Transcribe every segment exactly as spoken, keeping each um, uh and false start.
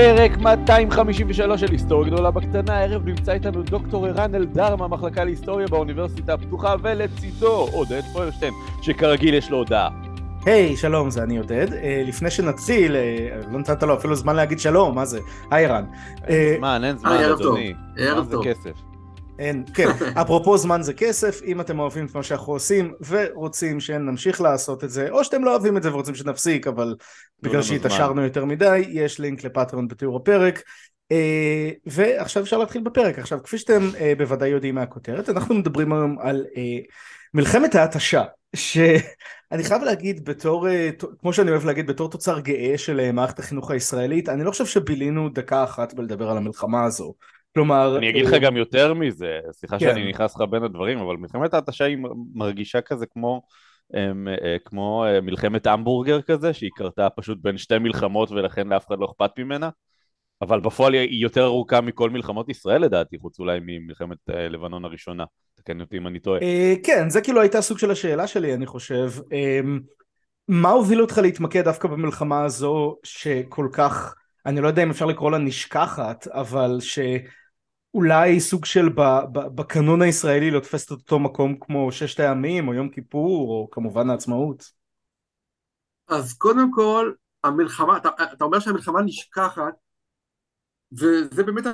פרק מאתיים חמישים ושלוש של היסטוריה גדולה בקטנה. הערב נמצא איתנו דוקטור ערן אלדר מהמחלקה להיסטוריה באוניברסיטה הפתוחה, ולצידו עודד פוירשטיין, שכרגיל יש לו הודעה. היי, hey, שלום, זה אני עודד. Uh, לפני שנתחיל, uh, לא נתת לו אפילו זמן להגיד שלום, מה זה? היי ערן. אין זמן, אין זמן, אדוני. זמן זה כסף. אין, כן, אפרופו זמן זה כסף, אם אתם אוהבים את מה שאנחנו עושים ורוצים שנמשיך לעשות את זה, או שאתם לא אוהבים את זה ורוצים שנפסיק, אבל בגלל שהתעשרנו יותר מדי, יש לינק לפטריון בתיאור הפרק, ועכשיו אפשר להתחיל בפרק. עכשיו, כפי שאתם בוודאי יודעים מהכותרת, אנחנו מדברים היום על מלחמת ההתשה, שאני חייב להגיד בתור, כמו שאני אוהב להגיד, בתור תוצר גאה של מערכת החינוך הישראלית, אני לא חושב שבילינו דקה אחת בלדבר על המלחמה הזו. כלומר, אני אגיד לך גם יותר מזה, סליחה שאני נכנס לך בין הדברים, אבל מלחמת ההתשה היא מרגישה כזה כמו, כמו מלחמת המבורגר כזה, שהיא קרתה פשוט בין שתי מלחמות ולכן לאף אחד לא אכפת ממנה, אבל בפועל היא יותר ארוכה מכל מלחמות ישראל לדעתי, חוץ אולי ממלחמת לבנון הראשונה, תקן אותי אם אני טועה. כן, זה כאילו הייתה סוג של השאלה שלי, אני חושב. מה הוביל אותך להתמקד דווקא במלחמה הזו שכל כך, אני לא יודע אם אפשר לקרוא לה נשכחת, אבל ש... אולי סוג של בקנון הישראלי לא תופסת את אותו מקום כמו ששת הימים או יום כיפור או כמובן העצמאות? אז קודם כל המלחמה, אתה, אתה אומר שהמלחמה נשכחת, וזה באמת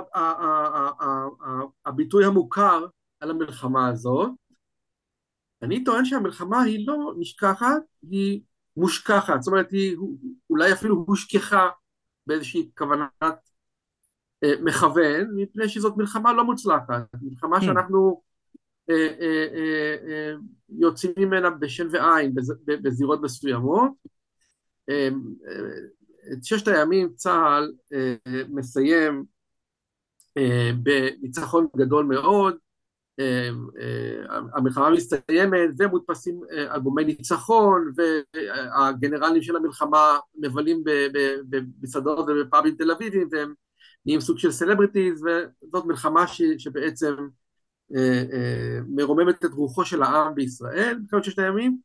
הביטוי המוכר על המלחמה הזאת. אני טוען שהמלחמה היא לא נשכחת, היא מושכחת, זאת אומרת היא אולי אפילו הושכחה באיזושהי כוונת מכוון, מפני שזאת מלחמה לא מוצלחת, מלחמה שאנחנו אה, אה, אה, אה, יוצאים ממנה בשן ועין בזירות מסוימות. אה, אה, את ששת הימים צה"ל אה, מסיים אה, בניצחון גדול מאוד, אה, אה, המלחמה מסתיימת ומודפסים אה, אלבומי ניצחון, והגנרלים של המלחמה מבלים במסעדות ובפאבים תל אביבים, והם נהיים סוג של סלבריטיז, וזאת מלחמה ש, שבעצם אה, אה, מרוממת את רוחו של העם בישראל, מלחמת ששת הימים,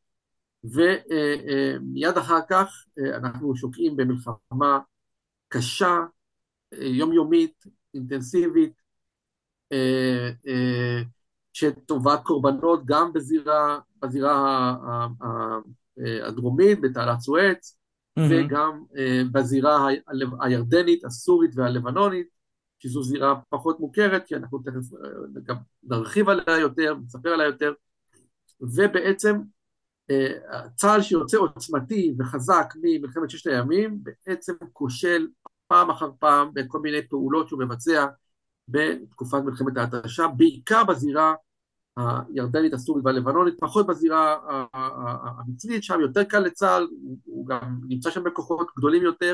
ומיד אה, אה, אחר כך אה, אנחנו שוקעים במלחמה קשה, אה, יומיומית, אינטנסיבית, אה, אה, שטובת קורבנות גם בזירה, בזירה הדרומית, בתעלת סואץ, וגם בזירה הירדנית, הסורית והלבנונית, שזו זירה פחות מוכרת, כי אנחנו תכף גם נרחיב עליה יותר, נספר עליה יותר, ובעצם צה"ל שיוצא עוצמתי וחזק ממלחמת ששת הימים, בעצם כושל פעם אחר פעם בכל מיני פעולות שהוא מבצע בתקופת מלחמת ההתשה, בעיקר בזירה הירדנית, הסורית והלבנונית, פחות בזירה המצרית, שם יותר קל לצה"ל, הוא גם נמצא שם בכוחות גדולים יותר,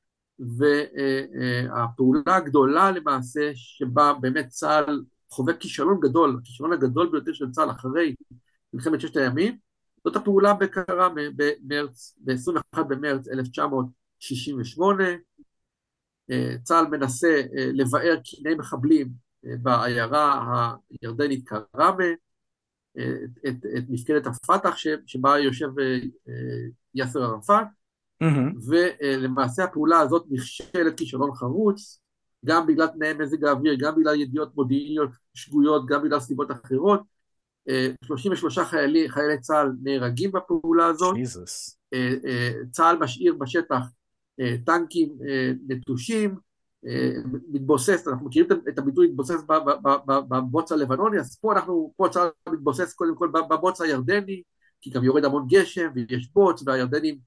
והפעולה הגדולה למעשה, שבה באמת צה"ל חווה כישלון גדול, הכישלון הגדול ביותר של צה"ל אחרי מלחמת ששת הימים, זאת הפעולה בקרה במרץ, ב-עשרים ואחד במרץ אלף תשע מאות שישים ושמונה, צה"ל מנסה לבאר קיני מחבלים, בעיירה הירדנית קראמה, את, את, את מפקדת הפתח שבה יושב יאסר ערפאת, mm-hmm. ולמעשה הפעולה הזאת נכשלת כישלון חרוץ, גם בגלל תנאי מזג האוויר, גם בגלל ידיעות מודיעיניות שגויות, גם בגלל סיבות אחרות. שלושים ושלושה חיילי, חיילי צה"ל נהרגים בפעולה הזאת, Jesus. צה"ל משאיר בשטח טנקים נטושים, מתבוסס, אנחנו מכירים את הביטוי מתבוסס בבוץ הלבנוני, אז פה אנחנו, פה צה"ל מתבוסס קודם כל בבוץ הירדני, כי גם יורד המון גשם ויש בוץ, והירדנים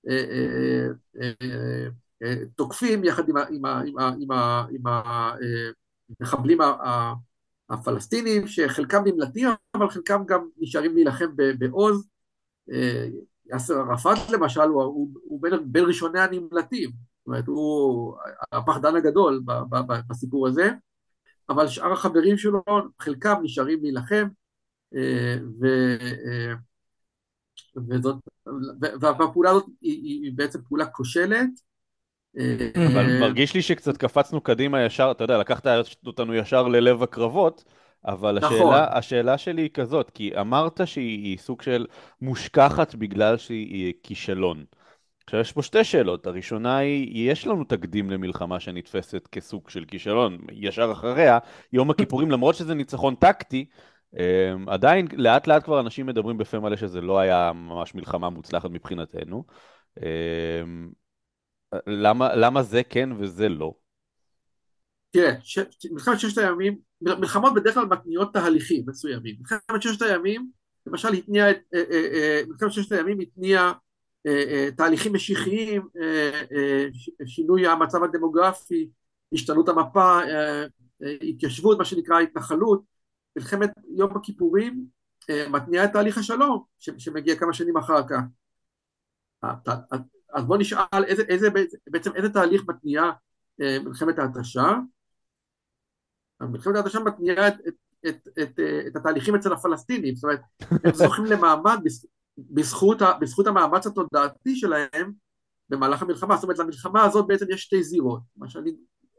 תוקפים יחד עם המחבלים הפלסטינים, שחלקם נמלטים, אבל חלקם גם נשארים להילחם בעוז. יאסר ערפאת למשל, הוא בין ראשוני הנמלטים, זאת אומרת, הוא הפחדן הגדול בסיפור הזה, אבל שאר החברים שלו, חלקם נשארים להילחם, וזאת, והפעולה הזאת היא בעצם פעולה כושלת. אבל מרגיש לי שקצת קפצנו קדימה ישר, אתה יודע, לקחת אותנו ישר ללב הקרבות, אבל השאלה, השאלה שלי היא כזאת, כי אמרת שהיא סוג של מושכחת בגלל שהיא כישלון. עכשיו יש פה שתי שאלות. הראשונה היא, יש לנו תקדים למלחמה שנתפסת כסוג של כישלון, ישר אחריה, יום הכיפורים, למרות שזה ניצחון טקטי, אמ, עדיין לאט לאט כבר אנשים מדברים בפה מלא שזה לא היה ממש מלחמה מוצלחת מבחינתנו. אמ, למה, למה זה כן וזה לא? תראה, ש... מלחמת ששת הימים, מלחמות בדרך כלל מתניעות תהליכים מסוימים. מלחמת ששת הימים, למשל, התניע את, אה, אה, אה, מלחמת ששת הימים התניע אה, אה, תהליכים משיחיים, אה, אה, ש... שינוי המצב הדמוגרפי, השתנות המפה, אה, אה, התיישבות, מה שנקרא התנחלות. מלחמת יום הכיפורים אה, מתניעה את תהליך השלום, ש... שמגיע כמה שנים אחר כך. אז בוא נשאל איזה, איזה, בעצם איזה תהליך מתניע אה, מלחמת ההתשה. מלחמת ההתשה מתניעה את, את, את, את, את התהליכים אצל הפלסטינים, זאת אומרת, הם זוכים למעמד בזכות, בזכות המאמץ התודעתי שלהם במהלך המלחמה. זאת אומרת, למלחמה הזאת בעצם יש שתי זירות. מה שאני,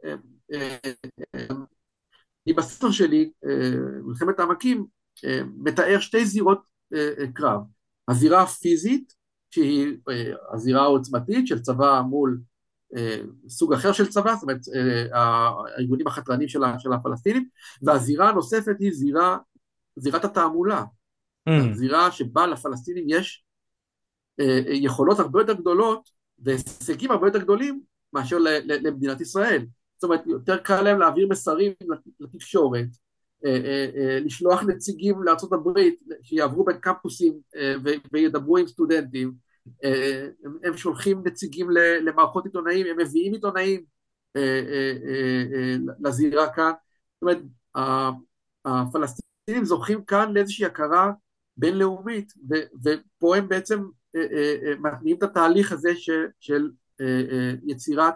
אני בספר שלי, מלחמת העמקים, מתאר שתי זירות קרב. הזירה הפיזית, שהיא הזירה העוצמתית של צבא מול סוג אחר של צבא, זאת אומרת, הארגונים החתרנים של הפלסטינים, והזירה הנוספת היא זירה, זירת התעמולה, mm. זירה שבה לפלסטינים יש יכולות הרבה יותר גדולות, והישגים הרבה יותר גדולים, מאשר למדינת ישראל. זאת אומרת, יותר קל להם להעביר מסרים לתקשורת, לשלוח נציגים לארצות הברית, שיעברו בין קמפוסים וידברו עם סטודנטים, הם שולחים נציגים למערכות עיתונאים, הם מביאים עיתונאים לזירה כאן. זאת אומרת, הפלסטינים זוכים כאן לאיזושהי הכרה בינלאומית, ופה הם בעצם מתניעים את התהליך הזה של יצירת,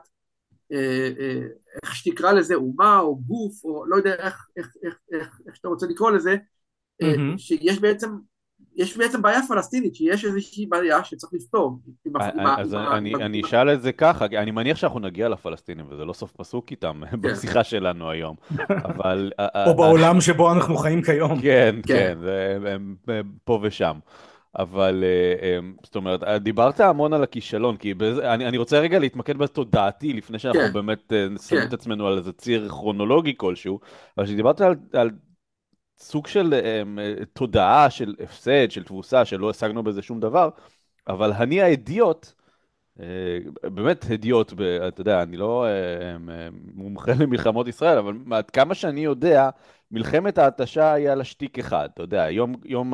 איך שתקרא לזה, אומה או גוף, או לא יודע איך שאתה רוצה לקרוא לזה, שיש בעצם יש בעצם בעיה פלסטינית, שיש איזושהי בעיה שצריך לפתור. אז אני אשאל את זה ככה, אני מניח שאנחנו נגיע לפלסטינים, וזה לא סוף פסוק איתם בשיחה שלנו היום. או בעולם שבו אנחנו חיים כיום. כן, כן, פה ושם. אבל, זאת אומרת, דיברת המון על הכישלון, כי אני רוצה רגע להתמקד בתודעתי, לפני שאנחנו באמת נסיים את עצמנו על איזה ציר כרונולוגי כלשהו, אבל שדיברת על סוג של um, תודעה, של הפסד, של תבוסה, שלא השגנו בזה שום דבר, אבל אני האדיוט, uh, באמת הדיוט, ב, אתה יודע, אני לא uh, מומחה למלחמות ישראל, אבל עד כמה שאני יודע, מלחמת ההתשה היה לה שטיק אחד, אתה יודע, יום, יום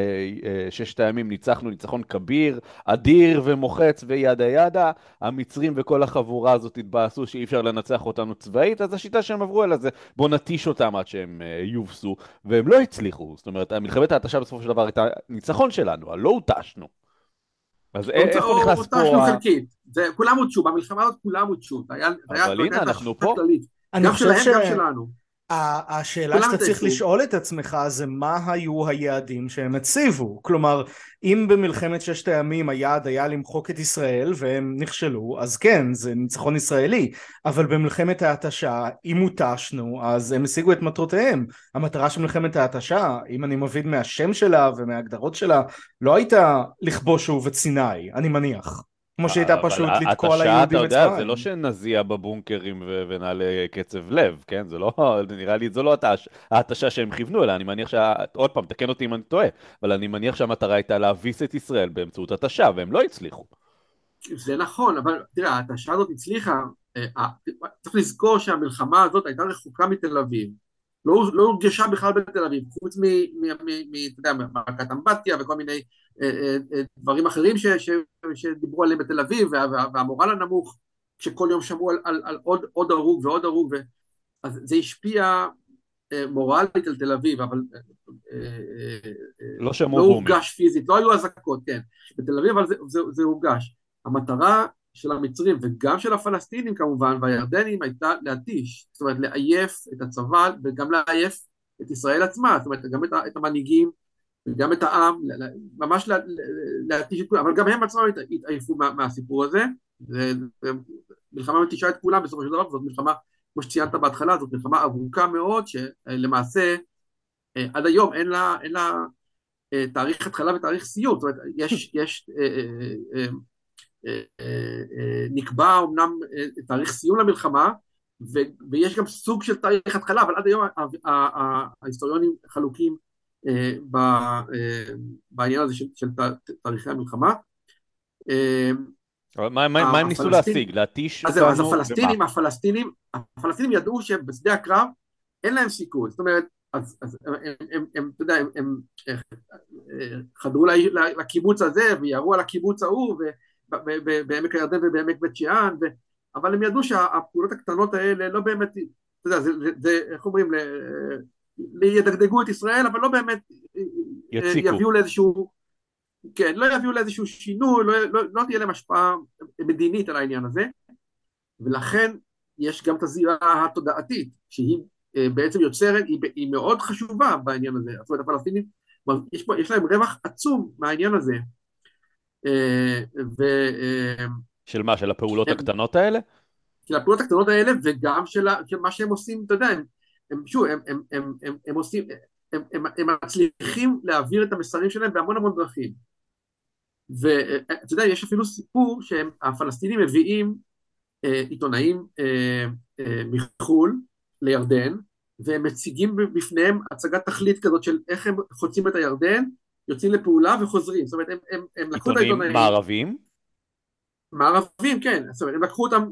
ששת הימים ניצחנו ניצחון כביר, אדיר ומוחץ וידה ידה, המצרים וכל החבורה הזאת התבאסו שאי אפשר לנצח אותנו צבאית, אז השיטה שהם עברו אלה זה בוא נטיש אותם עד שהם יובסו, והם לא הצליחו, זאת אומרת, מלחמת ההתשה בסופו של דבר הייתה ניצחון שלנו, לא הוטשנו. אז איפה נכנס פה? הוטשנו חלקית, כולם הוטשו, במלחמה הזאת כולם הוטשו, אבל הנה אנחנו פה. גם שלהם גם שלנו. השאלה שאתה צריך לשאול את עצמך זה מה היו היעדים שהם הציבו. כלומר, אם במלחמת ששת הימים היעד היה למחוק את ישראל והם נכשלו, אז כן, זה ניצחון ישראלי. אבל במלחמת ההתשה, אם הוטשנו, אז הם השיגו את מטרותיהם. המטרה של מלחמת ההתשה, אם אני מבין מהשם שלה ומההגדרות שלה, לא הייתה לכבוש שוב את סיני, אני מניח. כמו שהייתה פשוט לתקוע ליהודים את מצרים. זה לא שנזיע בבונקרים ונעלה קצב לב, כן? זה לא, נראה לי, זו לא ההתשה שהם כיוונו אליה. אני מניח עוד פעם, תקן אותי אם אני טועה, אבל אני מניח שהמטרה הייתה להביס את ישראל באמצעות התשה, והם לא הצליחו. זה נכון, אבל תראה, ההתשה הזאת הצליחה, צריך לזכור שהמלחמה הזאת הייתה רחוקה מתל אביב, לא, לא הורגשה בכלל בתל אביב, חוץ ממכת אמבטיה וכל מיני אה, אה, דברים אחרים ש, ש, שדיברו עליהם בתל אביב, וה, וה, והמורל הנמוך, שכל יום שמעו על, על, על עוד, עוד הרוג ועוד הרוג, ו, אז זה השפיע אה, מורלית על תל אביב, אבל אה, אה, לא, לא הורגש פיזית, לא היו הזקות, כן, בתל אביב, אבל זה, זה, זה הורגש. המטרה של המצרים וגם של הפלסטינים כמובן והירדנים הייתה להתיש, זאת אומרת לעייף את הצבא וגם לעייף את ישראל עצמה, זאת אומרת גם את המנהיגים וגם את העם, ממש להתיש את כולם, אבל גם הם עצמם התעייפו מהסיפור הזה. מלחמה מתישה את כולם בסופו של דבר, זאת מלחמה, כמו שציינת בהתחלה, זאת מלחמה ארוכה מאוד שלמעשה עד היום אין לה, אין לה תאריך התחלה ותאריך סיום, זאת אומרת יש, יש נקבע אמנם תאריך סיום למלחמה, ויש גם סוג של תאריך התחלה, אבל עד היום ההיסטוריונים חלוקים בעניין הזה של תאריכי המלחמה. מה הם ניסו להשיג? להתיש אותנו? אז הפלסטינים, הפלסטינים, הפלסטינים ידעו שבשדה הקרב אין להם סיכוי, זאת אומרת, אז הם, אתה יודע, הם חדרו לקיבוץ הזה וירו על הקיבוץ ההוא בעמק הירדן ובעמק בית שאן, אבל הם ידעו שהפעולות הקטנות האלה לא באמת, אתה יודע, זה, איך אומרים, ידגדגו את ישראל, אבל לא באמת יביאו לאיזשהו, כן, לא יביאו לאיזשהו שינוי, לא, לא, לא תהיה להם השפעה מדינית על העניין הזה, ולכן יש גם את הזירה התודעתית, שהיא בעצם יוצרת, היא, היא מאוד חשובה בעניין הזה, זאת אומרת, הפלסטינים, יש, פה, יש להם רווח עצום מהעניין הזה. ו, של מה? של הפעולות הם, הקטנות האלה? של הפעולות הקטנות האלה, וגם של, של מה שהם עושים, אתה יודע, הם, הם, שוב, הם, הם, הם, הם, הם עושים, הם, הם, הם מצליחים להעביר את המסרים שלהם בהמון המון דרכים. ואתה יודע, יש אפילו סיפור שהפלסטינים מביאים אה, עיתונאים אה, אה, מחול לירדן, והם מציגים בפניהם הצגת תכלית כזאת של איך הם חוצים את הירדן, יוצאים לפעולה וחוזרים. זאת אומרת, הם, הם, הם לקחו את העיתונאים... עיתונאים מערבים? מערבים, כן. זאת אומרת, הם לקחו אותם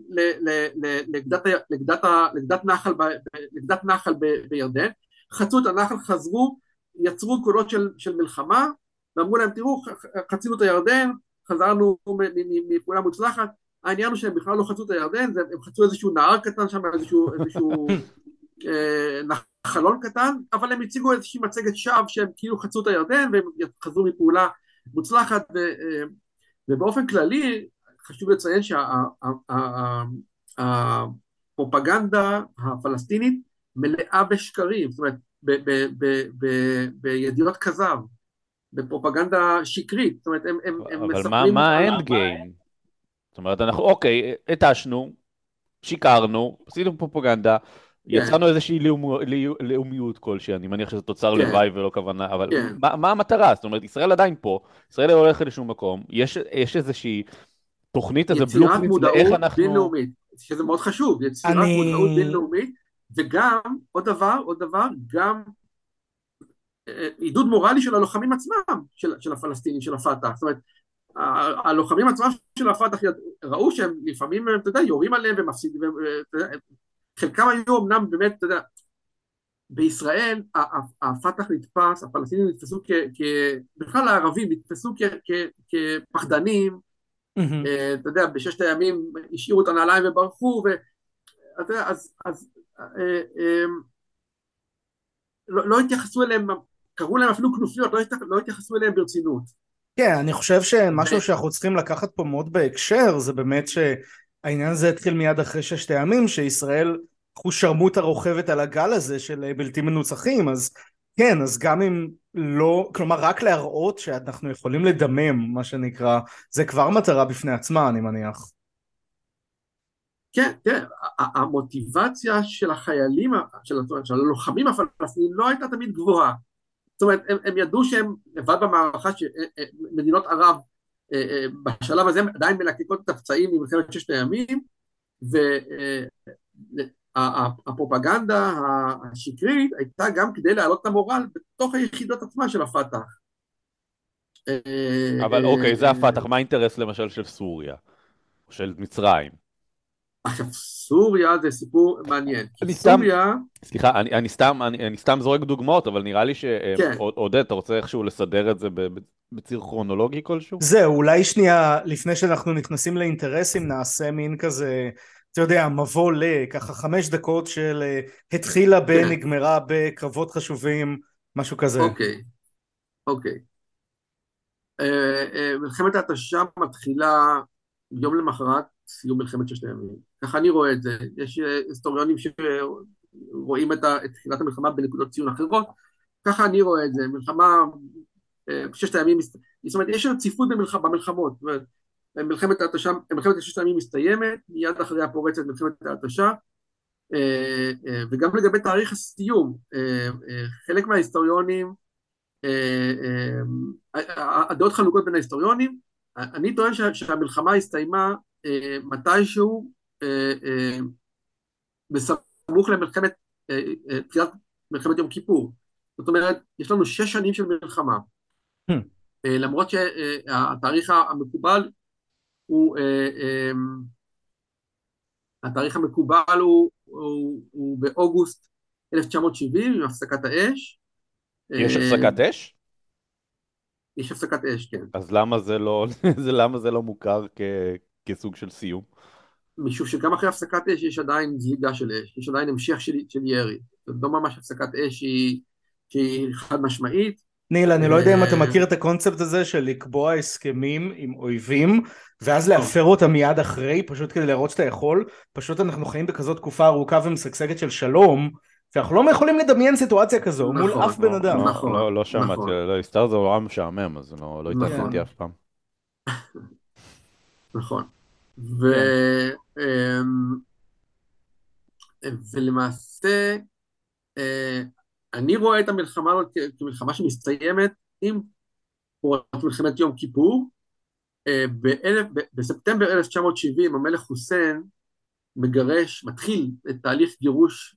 לגדת נחל, לגדת נחל בירדן, חצו את הנחל, חזרו, יצרו קולות של, של מלחמה, ואמרו להם, תראו, חצינו את הירדן, חזרנו מפעולה מוצלחת, העניין הוא שהם בכלל לא חצו את הירדן, הם חצו איזשהו נהר קטן שם, איזשהו, איזשהו אה, נחלון קטן, אבל הם הציגו איזושהי מצגת שווא שהם כאילו חצו את הירדן, והם חזרו מפעולה מוצלחת, ו, אה, ובאופן כללי, חשוב לציין שהפרופגנדה הפלסטינית מלאה בשקרים, זאת אומרת, בידיעות כזב, בפרופגנדה שקרית, זאת אומרת, הם, הם, הם אבל מספרים... אבל מה האנד גיים? זאת אומרת, אנחנו, אוקיי, התשנו, שיקרנו, עשינו פרופגנדה, כן. יצרנו איזושהי לאומיות, לאומיות כלשהי, אני מניח שזה תוצר כן. לוואי ולא כוונה, אבל כן. מה, מה המטרה? זאת אומרת, ישראל עדיין פה, ישראל הולכת לשום מקום, יש, יש איזושהי תוכנית, איזה בלופרינט, לאיך אנחנו... יצירת מודעות בינלאומית, שזה מאוד חשוב, יצירת אני... מודעות בינלאומית, וגם, עוד דבר, עוד דבר, גם עידוד מורלי של הלוחמים עצמם, של, של הפלסטינים, של הפתח, זאת אומרת, הלוחמים עצמם של הפתח ראו שהם לפעמים, אתה יודע, יורים עליהם ומפסידים, חלקם היו אמנם באמת, אתה יודע, בישראל הפתח נתפס, הפלסטינים נתפסו כ... בכלל הערבים נתפסו כפחדנים, אתה יודע, בששת הימים השאירו את הנעליים וברחו, ואתה יודע, אז... לא התייחסו אליהם, קראו להם אפילו כנופיות, לא התייחסו אליהם ברצינות. כן, אני חושב שמשהו שאנחנו צריכים לקחת פה מאוד בהקשר, זה באמת שהעניין הזה התחיל מיד אחרי ששת הימים, שישראל שרמוטה רוכבת על הגל הזה של בלתי מנוצחים, אז כן, אז גם אם לא, כלומר רק להראות שאנחנו יכולים לדמם, מה שנקרא, זה כבר מטרה בפני עצמה, אני מניח. כן, תראה, המוטיבציה של החיילים, של הלוחמים הפלסטינים לא הייתה תמיד גבוהה. זאת אומרת, הם, הם ידעו שהם לבד במערכה שמדינות ערב בשלב הזה עדיין מלקקות את הפצעים ממלחמת ששת הימים, והפרופגנדה השקרית הייתה גם כדי להעלות את המורל בתוך היחידות עצמה של הפתח. אבל אוקיי, זה הפתח, מה האינטרס למשל של סוריה, או של מצרים? עכשיו, סוריה זה סיפור מעניין. סוריה... סליחה, אני, אני, סתם, אני, אני סתם זורק דוגמאות, אבל נראה לי שעודד, אתה רוצה איכשהו לסדר את זה בציר כרונולוגי כלשהו? זהו, אולי שנייה, לפני שאנחנו נכנסים לאינטרסים, נעשה מין כזה, אתה יודע, מבוא לככה חמש דקות של התחילה בנגמרה בקרבות חשובים, משהו כזה. אוקיי, אוקיי. מלחמת ההתשה מתחילה יום למחרת, סיום מלחמת ששת הימים. ככה אני רואה את זה. יש היסטוריונים שרואים את תחילת המלחמה בנקודות ציון אחרות. ככה אני רואה את זה. מלחמה ששת הימים, זאת אומרת, יש רציפות במלחמות. מלחמת ההתשה, מלחמת ששת הימים מסתיימת, מיד אחריה פורצת מלחמת ההתשה, וגם לגבי תאריך הסיום, חלק מההיסטוריונים, הדעות חלוקות בין ההיסטוריונים, אני טוען שהמלחמה הסתיימה מתישהו בסמוך למלחמת, תחילת מלחמת יום כיפור. זאת אומרת, יש לנו שש שנים של מלחמה. למרות שהתאריך המקובל הוא, התאריך המקובל הוא, הוא, הוא באוגוסט אלף תשע מאות שבעים, עם הפסקת האש. יש הפסקת אש? יש הפסקת אש, כן. אז למה זה לא, למה זה לא מוכר כ, כסוג של סיום? משום שגם אחרי הפסקת אש יש עדיין זליגה של אש, יש עדיין המשך של, של ירי. זאת לא ממש הפסקת אש שהיא, שהיא חד משמעית. ניל, אני לא יודע אם אתה מכיר את הקונספט הזה של לקבוע הסכמים עם אויבים, ואז להפר אותם מיד אחרי, פשוט כדי להראות שאתה יכול. פשוט אנחנו חיים בכזאת תקופה ארוכה ומשגשגת של שלום, ואנחנו לא יכולים לדמיין סיטואציה כזו מול אף בן אדם. לא שמעתי, לא הסתר, זה עולם משעמם, אז לא התעניינתי אף פעם. נכון. ולמעשה, אני רואה את המלחמה הזאת כמלחמה שמסתיימת עם פרוץ מלחמת יום כיפור. בספטמבר אלף תשע מאות שבעים המלך חוסיין מגרש, מתחיל את תהליך גירוש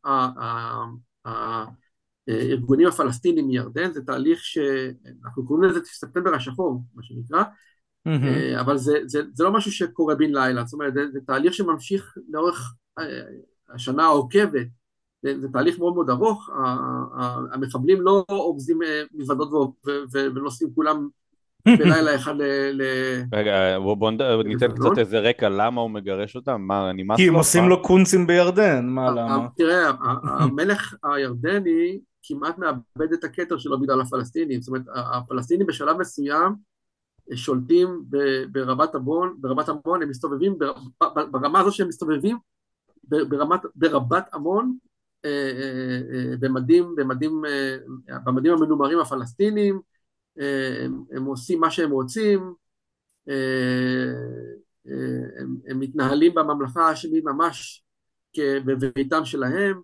הארגונים הפלסטינים מירדן. זה תהליך שאנחנו קוראים לזה ספטמבר השחור, מה שנקרא, אבל זה, זה, זה לא משהו שקורה בן לילה. זאת אומרת, זה, זה תהליך שממשיך לאורך השנה העוקבת. זה, זה תהליך מאוד מאוד ארוך. המחבלים לא אורזים מזוודות ונוסעים כולם בלילה אחד ל... רגע, בוא ניתן קצת איזה רקע, למה הוא מגרש אותם? מה, נמאס לו? כי הם עושים לו קונצים בירדן, מה, למה? תראה, המלך הירדני כמעט מאבד את הכתר שלו בגלל הפלסטינים. זאת אומרת, הפלסטינים בשלב מסוים שולטים ברבת עמון, ברבת עמון הם מסתובבים, ברמה הזו שהם מסתובבים ברמת, ברבת עמון, במדים, במדים, במדים המנומרים הפלסטינים. הם, הם עושים מה שהם רוצים, הם, הם מתנהלים בממלכה השמית ממש בביתם שלהם,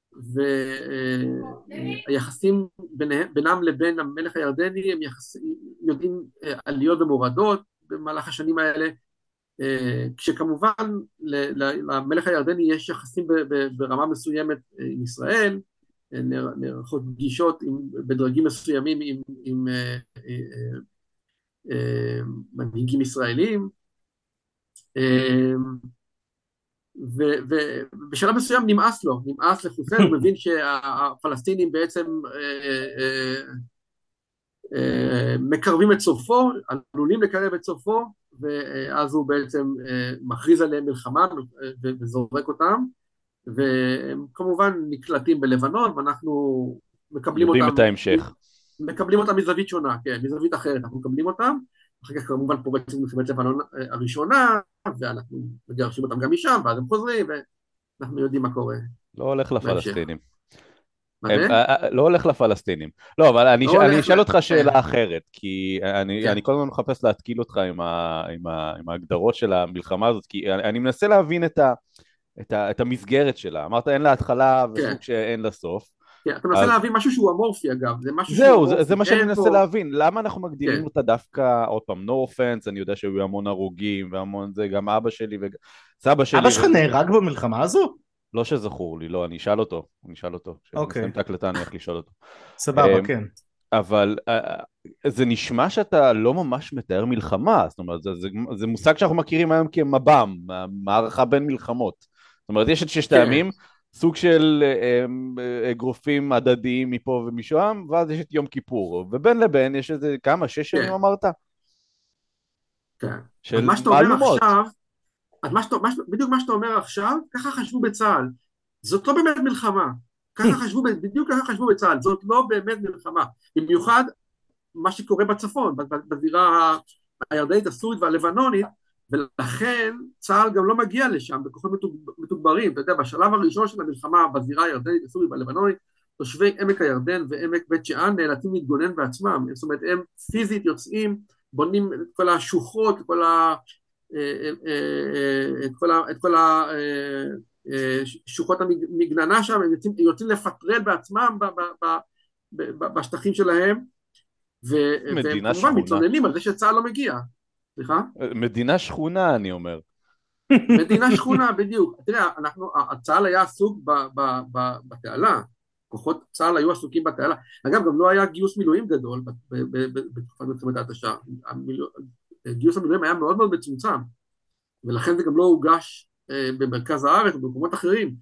והיחסים ביניהם, בינם לבין המלך הירדני הם יחסים, יודעים עליות ומורדות במהלך השנים האלה, כשכמובן למלך הירדני יש יחסים ברמה מסוימת עם ישראל, נערכות פגישות עם, בדרגים מסוימים עם, עם אה, אה, אה, מנהיגים ישראלים, אה, ובשלב מסוים נמאס לו, נמאס לחוסיין, הוא מבין שהפלסטינים בעצם אה, אה, אה, מקרבים את סופו, עלולים לקרב את סופו, ואז הוא בעצם אה, מכריז עליהם מלחמה וזורק אותם, והם כמובן נקלטים בלבנון, ואנחנו מקבלים אותם... יודעים את ההמשך. מקבלים אותם מזווית שונה, כן, מזווית אחרת, אנחנו מקבלים אותם, אחר כך כמובן פורצת מלחמת לבנון הראשונה, ואנחנו מגרשים אותם גם משם, ואז הם חוזרים, ואנחנו יודעים מה קורה. לא הולך לפלסטינים. לא הולך לפלסטינים. לא, אבל אני אשאל אותך שאלה אחרת, כי אני כל הזמן מחפש להתקיל אותך עם ההגדרות של המלחמה הזאת, כי אני מנסה להבין את ה... את, ה, את המסגרת שלה. אמרת אין לה התחלה וסוג שאין לה סוף. כן, אתה מנסה להבין משהו שהוא אמורפי אגב. זה משהו זהו, זה, זה מה שאני מנסה להבין. למה אנחנו מגדירים אותה דווקא, עוד פעם, no offense, אני יודע שהיו המון הרוגים, והמון זה, גם אבא שלי וסבא שלי. אבא שלך נהרג במלחמה הזו? לא שזכור לי, לא, אני אשאל אותו. אני אשאל אותו. כשנסיים את ההקלטה אני הולך לשאול אותו. סבבה, כן. אבל זה נשמע שאתה לא ממש מתאר מלחמה, זאת אומרת, זה, זה, זה מושג שאנחנו מכירים היום כמב"ם, מערכה בין מלחמות. זאת אומרת, יש את ששת הימים, סוג של אגרופים הדדיים מפה ומשם, ואז יש את יום כיפור, ובין לבין יש איזה כמה, שש שנים אמרת? כן. של מה שאתה אומר עכשיו, בדיוק מה שאתה אומר עכשיו, ככה חשבו בצה"ל. זאת לא באמת מלחמה. ככה חשבו, בדיוק ככה חשבו בצה"ל, זאת לא באמת מלחמה. במיוחד מה שקורה בצפון, בזירה הירדנית, הסורית והלבנונית, ולכן צה"ל גם לא מגיע לשם בכוחות מתוגברים. אתה יודע, בשלב הראשון של המלחמה בזירה הירדנית, הסורית והלבנונית, תושבי עמק הירדן ועמק בית שאן נאלצים להתגונן בעצמם. זאת אומרת, הם פיזית יוצאים, בונים את כל השוחות, את כל ה... את כל ה... את כל ה... שוחות המגננה שם, הם יוצאים, יוצאים לפטרל בעצמם ב, ב, ב, ב, בשטחים שלהם, והם כמובן מתלוננים על זה שצה"ל לא מגיע. סליחה? מדינה שכונה, אני אומר. מדינה שכונה, בדיוק. תראה, אנחנו, צה"ל היה עסוק בתעלה, כוחות צה"ל היו עסוקים בתעלה. אגב, גם לא היה גיוס מילואים גדול בתקופת מלחמת ההתשה. גיוס המילואים היה מאוד מאוד מצומצם, ולכן זה גם לא הוגש במרכז הארץ ובמקומות אחרים.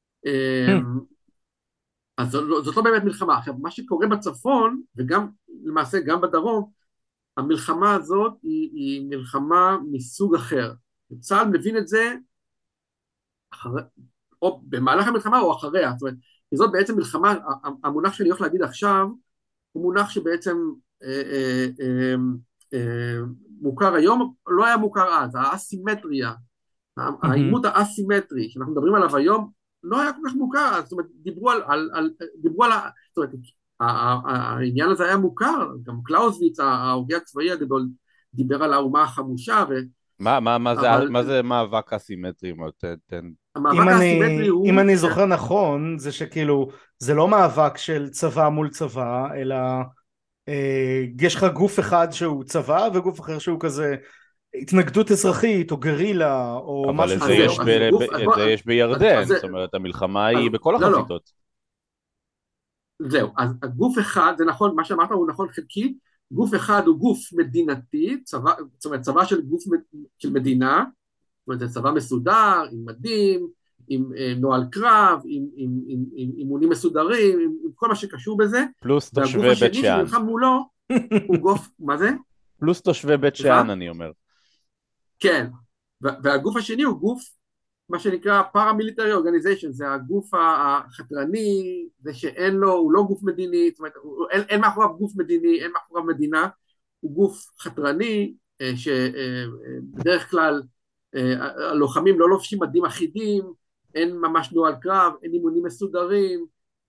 אז זאת לא באמת מלחמה. עכשיו, מה שקורה בצפון, וגם למעשה גם בדרום, המלחמה הזאת היא, היא מלחמה מסוג אחר. צה"ל מבין את זה אחרי, או במהלך המלחמה או אחריה. זאת אומרת, זאת בעצם מלחמה, המונח שאני הולך להגיד עכשיו, הוא מונח שבעצם אה, אה, אה, אה, מוכר היום, לא היה מוכר אז, האסימטריה, העימות האסימטרי, שאנחנו מדברים עליו היום, לא היה כל כך מוכר, זאת אומרת, דיברו על, על, על, דיברו על, זאת אומרת, העניין הזה היה מוכר, גם קלאוזוויץ, ההוגה הצבאי הגדול, דיבר על האומה החמושה, ו... מה, מה, מה, זה, מה זה מאבק אסימטרי? אם אני, הוא... אם אני זוכר נכון, זה שכאילו, זה לא מאבק של צבא מול צבא, אלא אה, יש לך גוף אחד שהוא צבא, וגוף אחר שהוא כזה התנגדות אזרחית, או גרילה, או משהו. אבל את זה יש בירדן, זאת אומרת, המלחמה היא בכל החזיתות. זהו, אז גוף אחד, זה נכון, מה שאמרת הוא נכון חלקית, גוף אחד הוא גוף מדינתי, צבא, זאת אומרת, צבא של גוף של מדינה, זאת אומרת, זה צבא מסודר, עם מדים, עם נוהל קרב, עם, עם, עם, עם אימונים מסודרים, עם, עם כל מה שקשור בזה. פלוס תושבי בית שאן. והגוף השני שנלחם מולו, הוא גוף, מה זה? פלוס תושבי בית שאן, אני אומר. כן, והגוף השני הוא גוף, מה שנקרא Paramilitary Organization, זה הגוף החתרני, זה שאין לו, הוא לא גוף מדיני, זאת אומרת, אין, אין מאחוריו גוף מדיני, אין מאחוריו מדינה, הוא גוף חתרני, שבדרך כלל הלוחמים לא לובשים מדים אחידים, אין ממש נוהל קרב, אין אימונים מסודרים,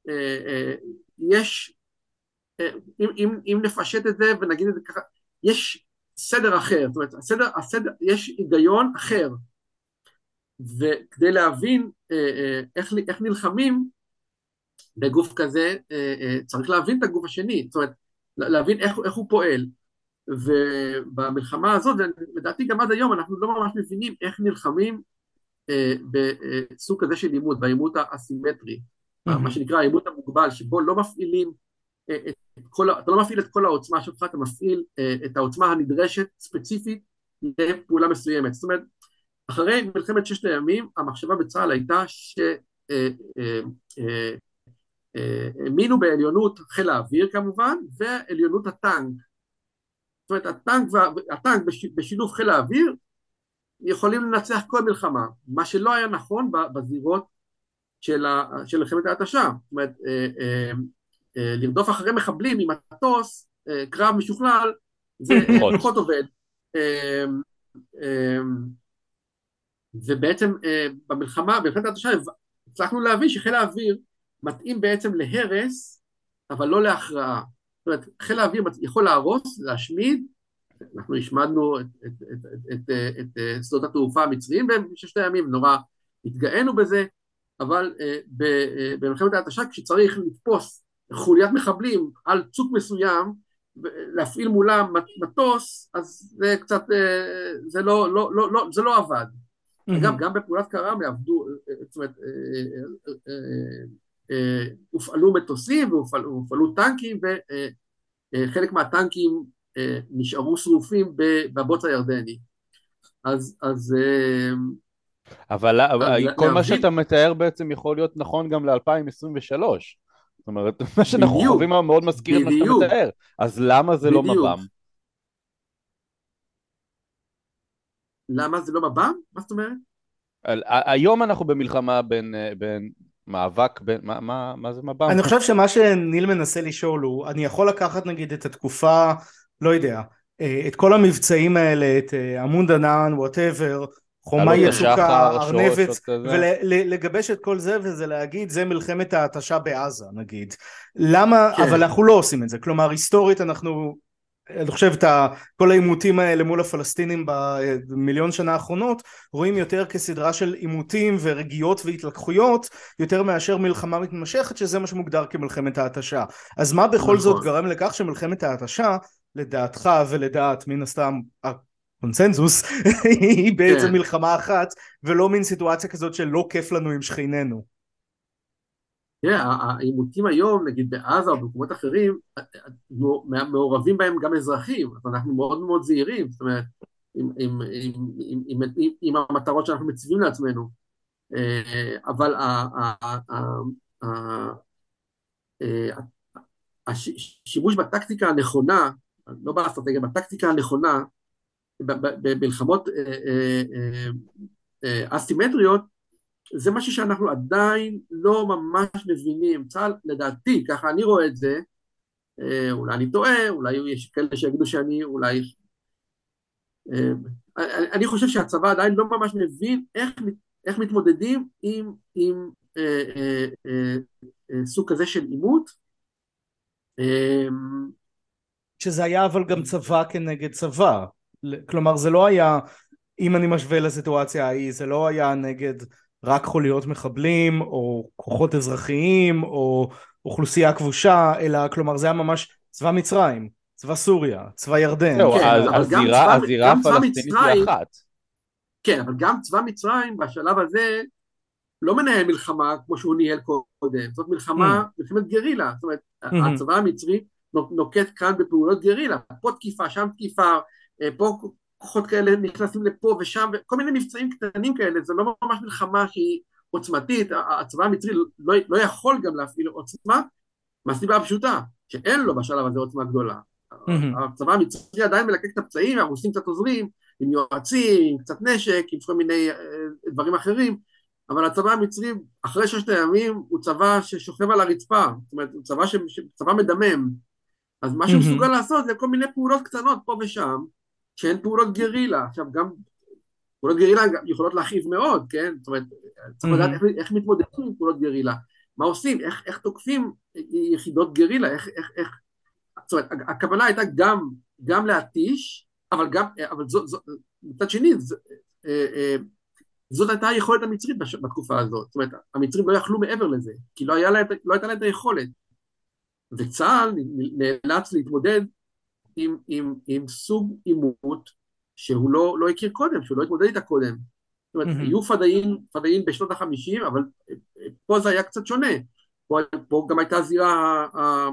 יש, אם, אם, אם נפשט את זה ונגיד את זה ככה, יש סדר אחר, זאת אומרת, הסדר, הסדר, יש היגיון אחר, וכדי להבין איך, איך נלחמים בגוף כזה, צריך להבין את הגוף השני, זאת אומרת, להבין איך, איך הוא פועל, ובמלחמה הזאת, לדעתי גם עד היום, אנחנו לא ממש מבינים איך נלחמים בסוג כזה של עימות, בעימות האסימטרי, mm-hmm. מה שנקרא העימות המוגבל, שבו לא מפעילים, את כל, אתה לא מפעיל את כל העוצמה שלך, אתה מפעיל את העוצמה הנדרשת ספציפית לפעולה מסוימת, זאת אומרת, אחרי מלחמת ששת הימים, המחשבה בצה"ל הייתה שהאמינו בעליונות חיל האוויר כמובן, ועליונות הטנק. זאת אומרת, הטנק, הטנק בשילוב חיל האוויר, יכולים לנצח כל מלחמה, מה שלא היה נכון בזירות של מלחמת ההתשה. זאת אומרת, לרדוף אחרי מחבלים עם מטוס, קרב משוכלל, זה פחות עובד. ובעצם במלחמה, במלחמת ההתשה, הצלחנו להבין שחיל האוויר מתאים בעצם להרס, אבל לא להכרעה. זאת אומרת, חיל האוויר יכול להרוס, להשמיד, אנחנו השמדנו את, את, את, את, את, את שדות התעופה המצריים בששת הימים, נורא התגאינו בזה, אבל במלחמת ההתשה, כשצריך לתפוס חוליית מחבלים על צוק מסוים, להפעיל מולם מטוס, אז זה קצת, זה לא, לא, לא, לא, זה לא עבד. אגב, גם בפעולת קרם עבדו, זאת אומרת, הופעלו מטוסים והופעלו טנקים, וחלק מהטנקים נשארו שרופים בבוץ הירדני. אז, אז... אבל כל מה שאתה מתאר בעצם יכול להיות נכון גם ל-אלפיים עשרים ושלוש. זאת אומרת, מה שאנחנו חווים מאוד מזכיר את מה שאתה מתאר. אז למה זה לא מב"ם? למה זה לא מב"ם? מה זאת אומרת? היום אנחנו במלחמה בין, בין מאבק, בין, מה, מה, מה זה מב"ם? אני חושב שמה שניל מנסה לשאול הוא, אני יכול לקחת נגיד את התקופה, לא יודע, את כל המבצעים האלה, את עמוד ענן, whatever, חומה יצוקה, ארנבץ, ולגבש את כל זה, וזה להגיד, זה מלחמת ההתשה בעזה, נגיד. למה? כן. אבל אנחנו לא עושים את זה. כלומר, היסטורית אנחנו, אני חושב, את כל העימותים האלה מול הפלסטינים במיליון שנה האחרונות, רואים יותר כסדרה של עימותים ורגיעות והתלקחויות, יותר מאשר מלחמה מתמשכת, שזה מה שמוגדר כמלחמת ההתשה. אז מה בכל נכון. זאת גרם לכך שמלחמת ההתשה, לדעתך ולדעת מן הסתם קונצנזוס, היא בעצם כן. מלחמה אחת, ולא מין סיטואציה כזאת שלא כיף לנו עם שכנינו. תראה, העימותים היום, נגיד בעזה או במקומות אחרים, מעורבים בהם גם אזרחים, אז אנחנו מאוד מאוד זהירים, זאת אומרת, עם, עם, עם, עם, עם, עם, עם המטרות שאנחנו מציבים לעצמנו. אבל השימוש בטקטיקה הנכונה, לא באסטרטגיה, בטקטיקה הנכונה, במלחמות אסימטריות, זה משהו שאנחנו עדיין לא ממש מבינים. צה"ל, לדעתי, ככה אני רואה את זה, אולי אני טועה, אולי יש כאלה שיגידו שאני, אולי... אני חושב שהצבא עדיין לא ממש מבין איך, איך מתמודדים עם, עם אה, אה, אה, אה, סוג כזה של עימות. שזה היה אבל גם צבא כנגד צבא. כלומר, זה לא היה, אם אני משווה לסיטואציה ההיא, זה לא היה נגד רק חוליות מחבלים, או כוחות אזרחיים, או אוכלוסייה כבושה, אלא כלומר זה היה ממש צבא מצרים, צבא סוריה, צבא ירדן. זהו, כן, אז אבל גם הזירה, צבא, הזירה גם צבא הפלסטינית היא מצרים, אחת. כן, אבל גם צבא מצרים בשלב הזה לא מנהל מלחמה כמו שהוא ניהל קודם, זאת מלחמה, מלחמת גרילה, זאת אומרת, הצבא המצרי נוקט כאן בפעולות גרילה, פה תקיפה, שם תקיפה, פה כוחות כאלה נכנסים לפה ושם, כל מיני מבצעים קטנים כאלה, זה לא ממש מלחמה שהיא עוצמתית, הצבא המצרי לא, לא יכול גם להפעיל עוצמה, מהסיבה הפשוטה, שאין לו בשלב הזה עוצמה גדולה. הצבא המצרי עדיין מלקק את הפצעים, הרוסים קצת עוזרים, עם יועצים, עם קצת נשק, עם כל מיני דברים אחרים, אבל הצבא המצרי, אחרי ששת הימים, הוא צבא ששוכב על הרצפה, זאת אומרת, הוא צבא, ש... צבא מדמם, אז מה שהוא מסוגל לעשות זה כל מיני פעולות קטנות פה ושם, שהן פעולות גרילה. עכשיו גם פעולות גרילה יכולות להכאיב מאוד, כן? זאת אומרת, צריך לדעת איך, איך מתמודדים עם פעולות גרילה, מה עושים, איך, איך תוקפים יחידות גרילה, איך, איך, איך... זאת אומרת, הכוונה הייתה גם, גם להתיש, אבל גם, אבל זו, זו, מצד שני, זו, זאת הייתה היכולת המצרית בתקופה הזאת, זאת אומרת, המצרים לא יכלו מעבר לזה, כי לא, היה לה, לא הייתה לה את היכולת, וצה"ל נאלץ להתמודד עם, עם, עם סוג עימות שהוא לא, לא הכיר קודם, שהוא לא התמודד איתה קודם. זאת אומרת, mm-hmm. היו פדאים, פדאים בשנות החמישים, אבל פה זה היה קצת שונה. פה, פה גם הייתה זירה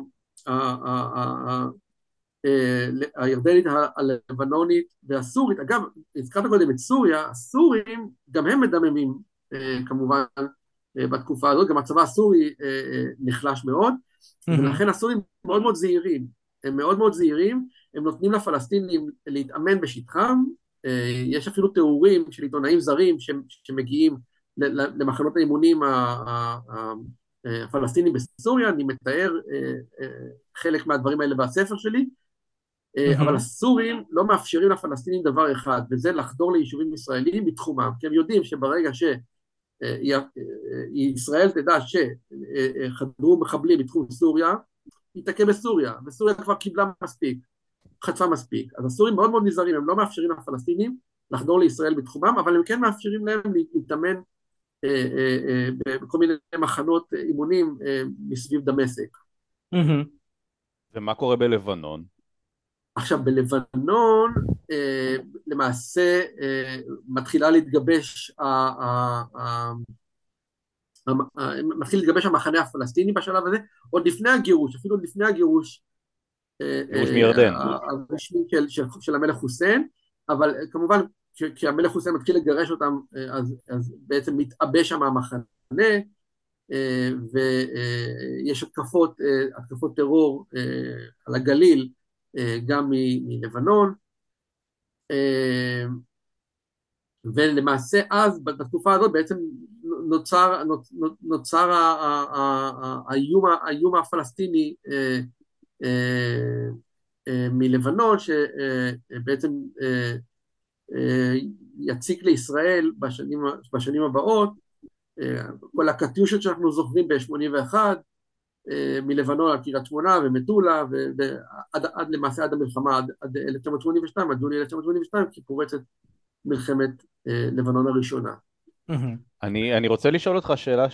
הירדנית, הלבנונית והסורית. אגב, הזכרת קודם את סוריה, הסורים גם הם מדממים כמובן בתקופה הזאת, גם הצבא הסורי נחלש מאוד, mm-hmm. ולכן הסורים מאוד מאוד זהירים. הם מאוד מאוד זהירים, הם נותנים לפלסטינים להתאמן בשטחם, יש אפילו תיאורים של עיתונאים זרים שמגיעים למחנות האימונים הפלסטינים בסוריה, אני מתאר חלק מהדברים האלה בספר שלי, אבל הסורים לא מאפשרים לפלסטינים דבר אחד, וזה לחדור ליישובים ישראלים בתחומם, כי הם יודעים שברגע שישראל תדע שחדרו מחבלים בתחום סוריה, יתעכב בסוריה, וסוריה כבר קיבלה מספיק, חטפה מספיק. אז הסורים מאוד מאוד נזהרים, הם לא מאפשרים לפלסטינים לחדור לישראל בתחומם, אבל הם כן מאפשרים להם להתאמן אה, אה, אה, בכל מיני מחנות אימונים אה, מסביב דמשק. ומה קורה בלבנון? עכשיו, בלבנון אה, למעשה אה, מתחילה להתגבש ה... ה, ה מתחיל להתגבש המחנה הפלסטיני בשלב הזה, עוד לפני הגירוש, אפילו לפני הגירוש גירוש מירדן הרשמי של, של, של המלך חוסיין, אבל כמובן כשהמלך חוסיין מתחיל לגרש אותם, אז, אז בעצם מתאבש שם המחנה, ויש התקפות, התקפות טרור על הגליל, גם מלבנון, ולמעשה אז בתקופה הזאת בעצם נוצר, נוצר האיום, האיום הפלסטיני מלבנון, שבעצם יציק לישראל בשנים, בשנים הבאות, כל הקטיושות שאנחנו זוכרים ב-שמונים ואחת, מלבנון על קריית שמונה ומטולה, ועד, עד למעשה עד המלחמה, עד, עד אלף תשע מאות שמונים ושתיים, עד יוני אלף תשע מאות שמונים ושתיים, כי פורצת מלחמת לבנון הראשונה. אני, אני רוצה לשאול אותך שאלה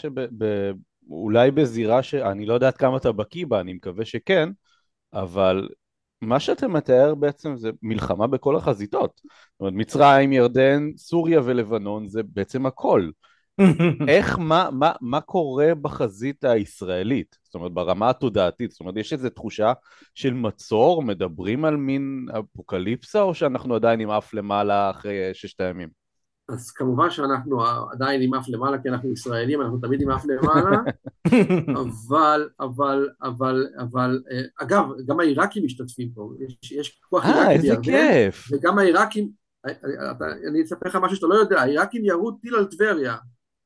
שאולי בזירה שאני לא יודעת כמה אתה בקיא בה, אני מקווה שכן, אבל מה שאתה מתאר בעצם זה מלחמה בכל החזיתות. זאת אומרת, מצרים, ירדן, סוריה ולבנון זה בעצם הכל. איך, מה, מה, מה קורה בחזית הישראלית? זאת אומרת, ברמה התודעתית, זאת אומרת, יש איזו תחושה של מצור, מדברים על מין אפוקליפסה, או שאנחנו עדיין עם אף למעלה אחרי ששת הימים? אז כמובן שאנחנו עדיין עם אף למעלה, כי אנחנו ישראלים, אנחנו תמיד עם אף למעלה, אבל, אבל, אבל, אבל, אגב, גם העיראקים משתתפים פה, יש, יש כוח עיראקי בירדן, כיף. וגם העיראקים, אני אספר לך משהו שאתה לא יודע, העיראקים ירו טיל על טבריה.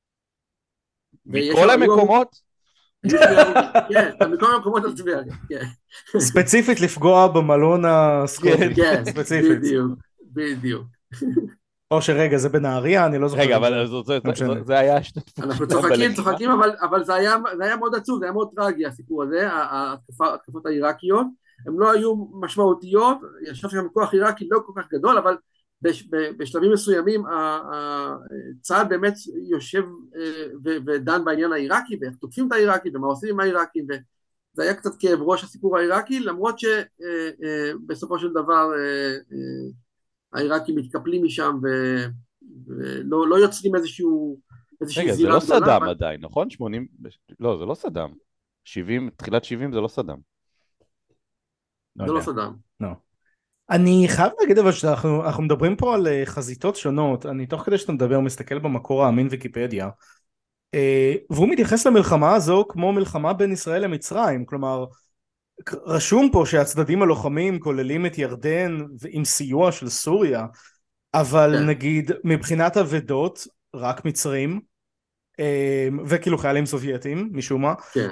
מכל המקומות? כן, מכל המקומות על טבריה, כן. ספציפית לפגוע במלון הסקוטי. כן, בדיוק, בדיוק. או שרגע, זה בנהריה, אני לא זוכר. רגע, אבל זה היה... אנחנו צוחקים, צוחקים, אבל זה היה מאוד עצוב, זה היה מאוד טרגי הסיפור הזה, ההתקפות העיראקיות, הן לא היו משמעותיות, ישב שם כוח עיראקי לא כל כך גדול, אבל בשלבים מסוימים צה"ל באמת יושב ודן בעניין העיראקי, ואיך תוקפים את העיראקי, ומה עושים עם העיראקים, וזה היה קצת כאב ראש הסיפור העיראקי, למרות שבסופו של דבר העיראקים מתקפלים משם ולא לא יוצרים איזשהו רגע, זה לא סדאם עדיין, נכון? שמונים... לא, זה לא סדאם. שבעים, תחילת שבעים זה לא סדאם. זה לא סדאם. לא. אני חייב להגיד אבל שאנחנו אנחנו מדברים פה על חזיתות שונות, אני תוך כדי שאתה מדבר מסתכל במקור האמין ויקיפדיה, והוא מתייחס למלחמה הזו כמו מלחמה בין ישראל למצרים, כלומר, רשום פה שהצדדים הלוחמים כוללים את ירדן עם סיוע של סוריה, אבל כן. נגיד מבחינת הוודות רק מצרים וכאילו חיילים סובייטים משום מה, כן.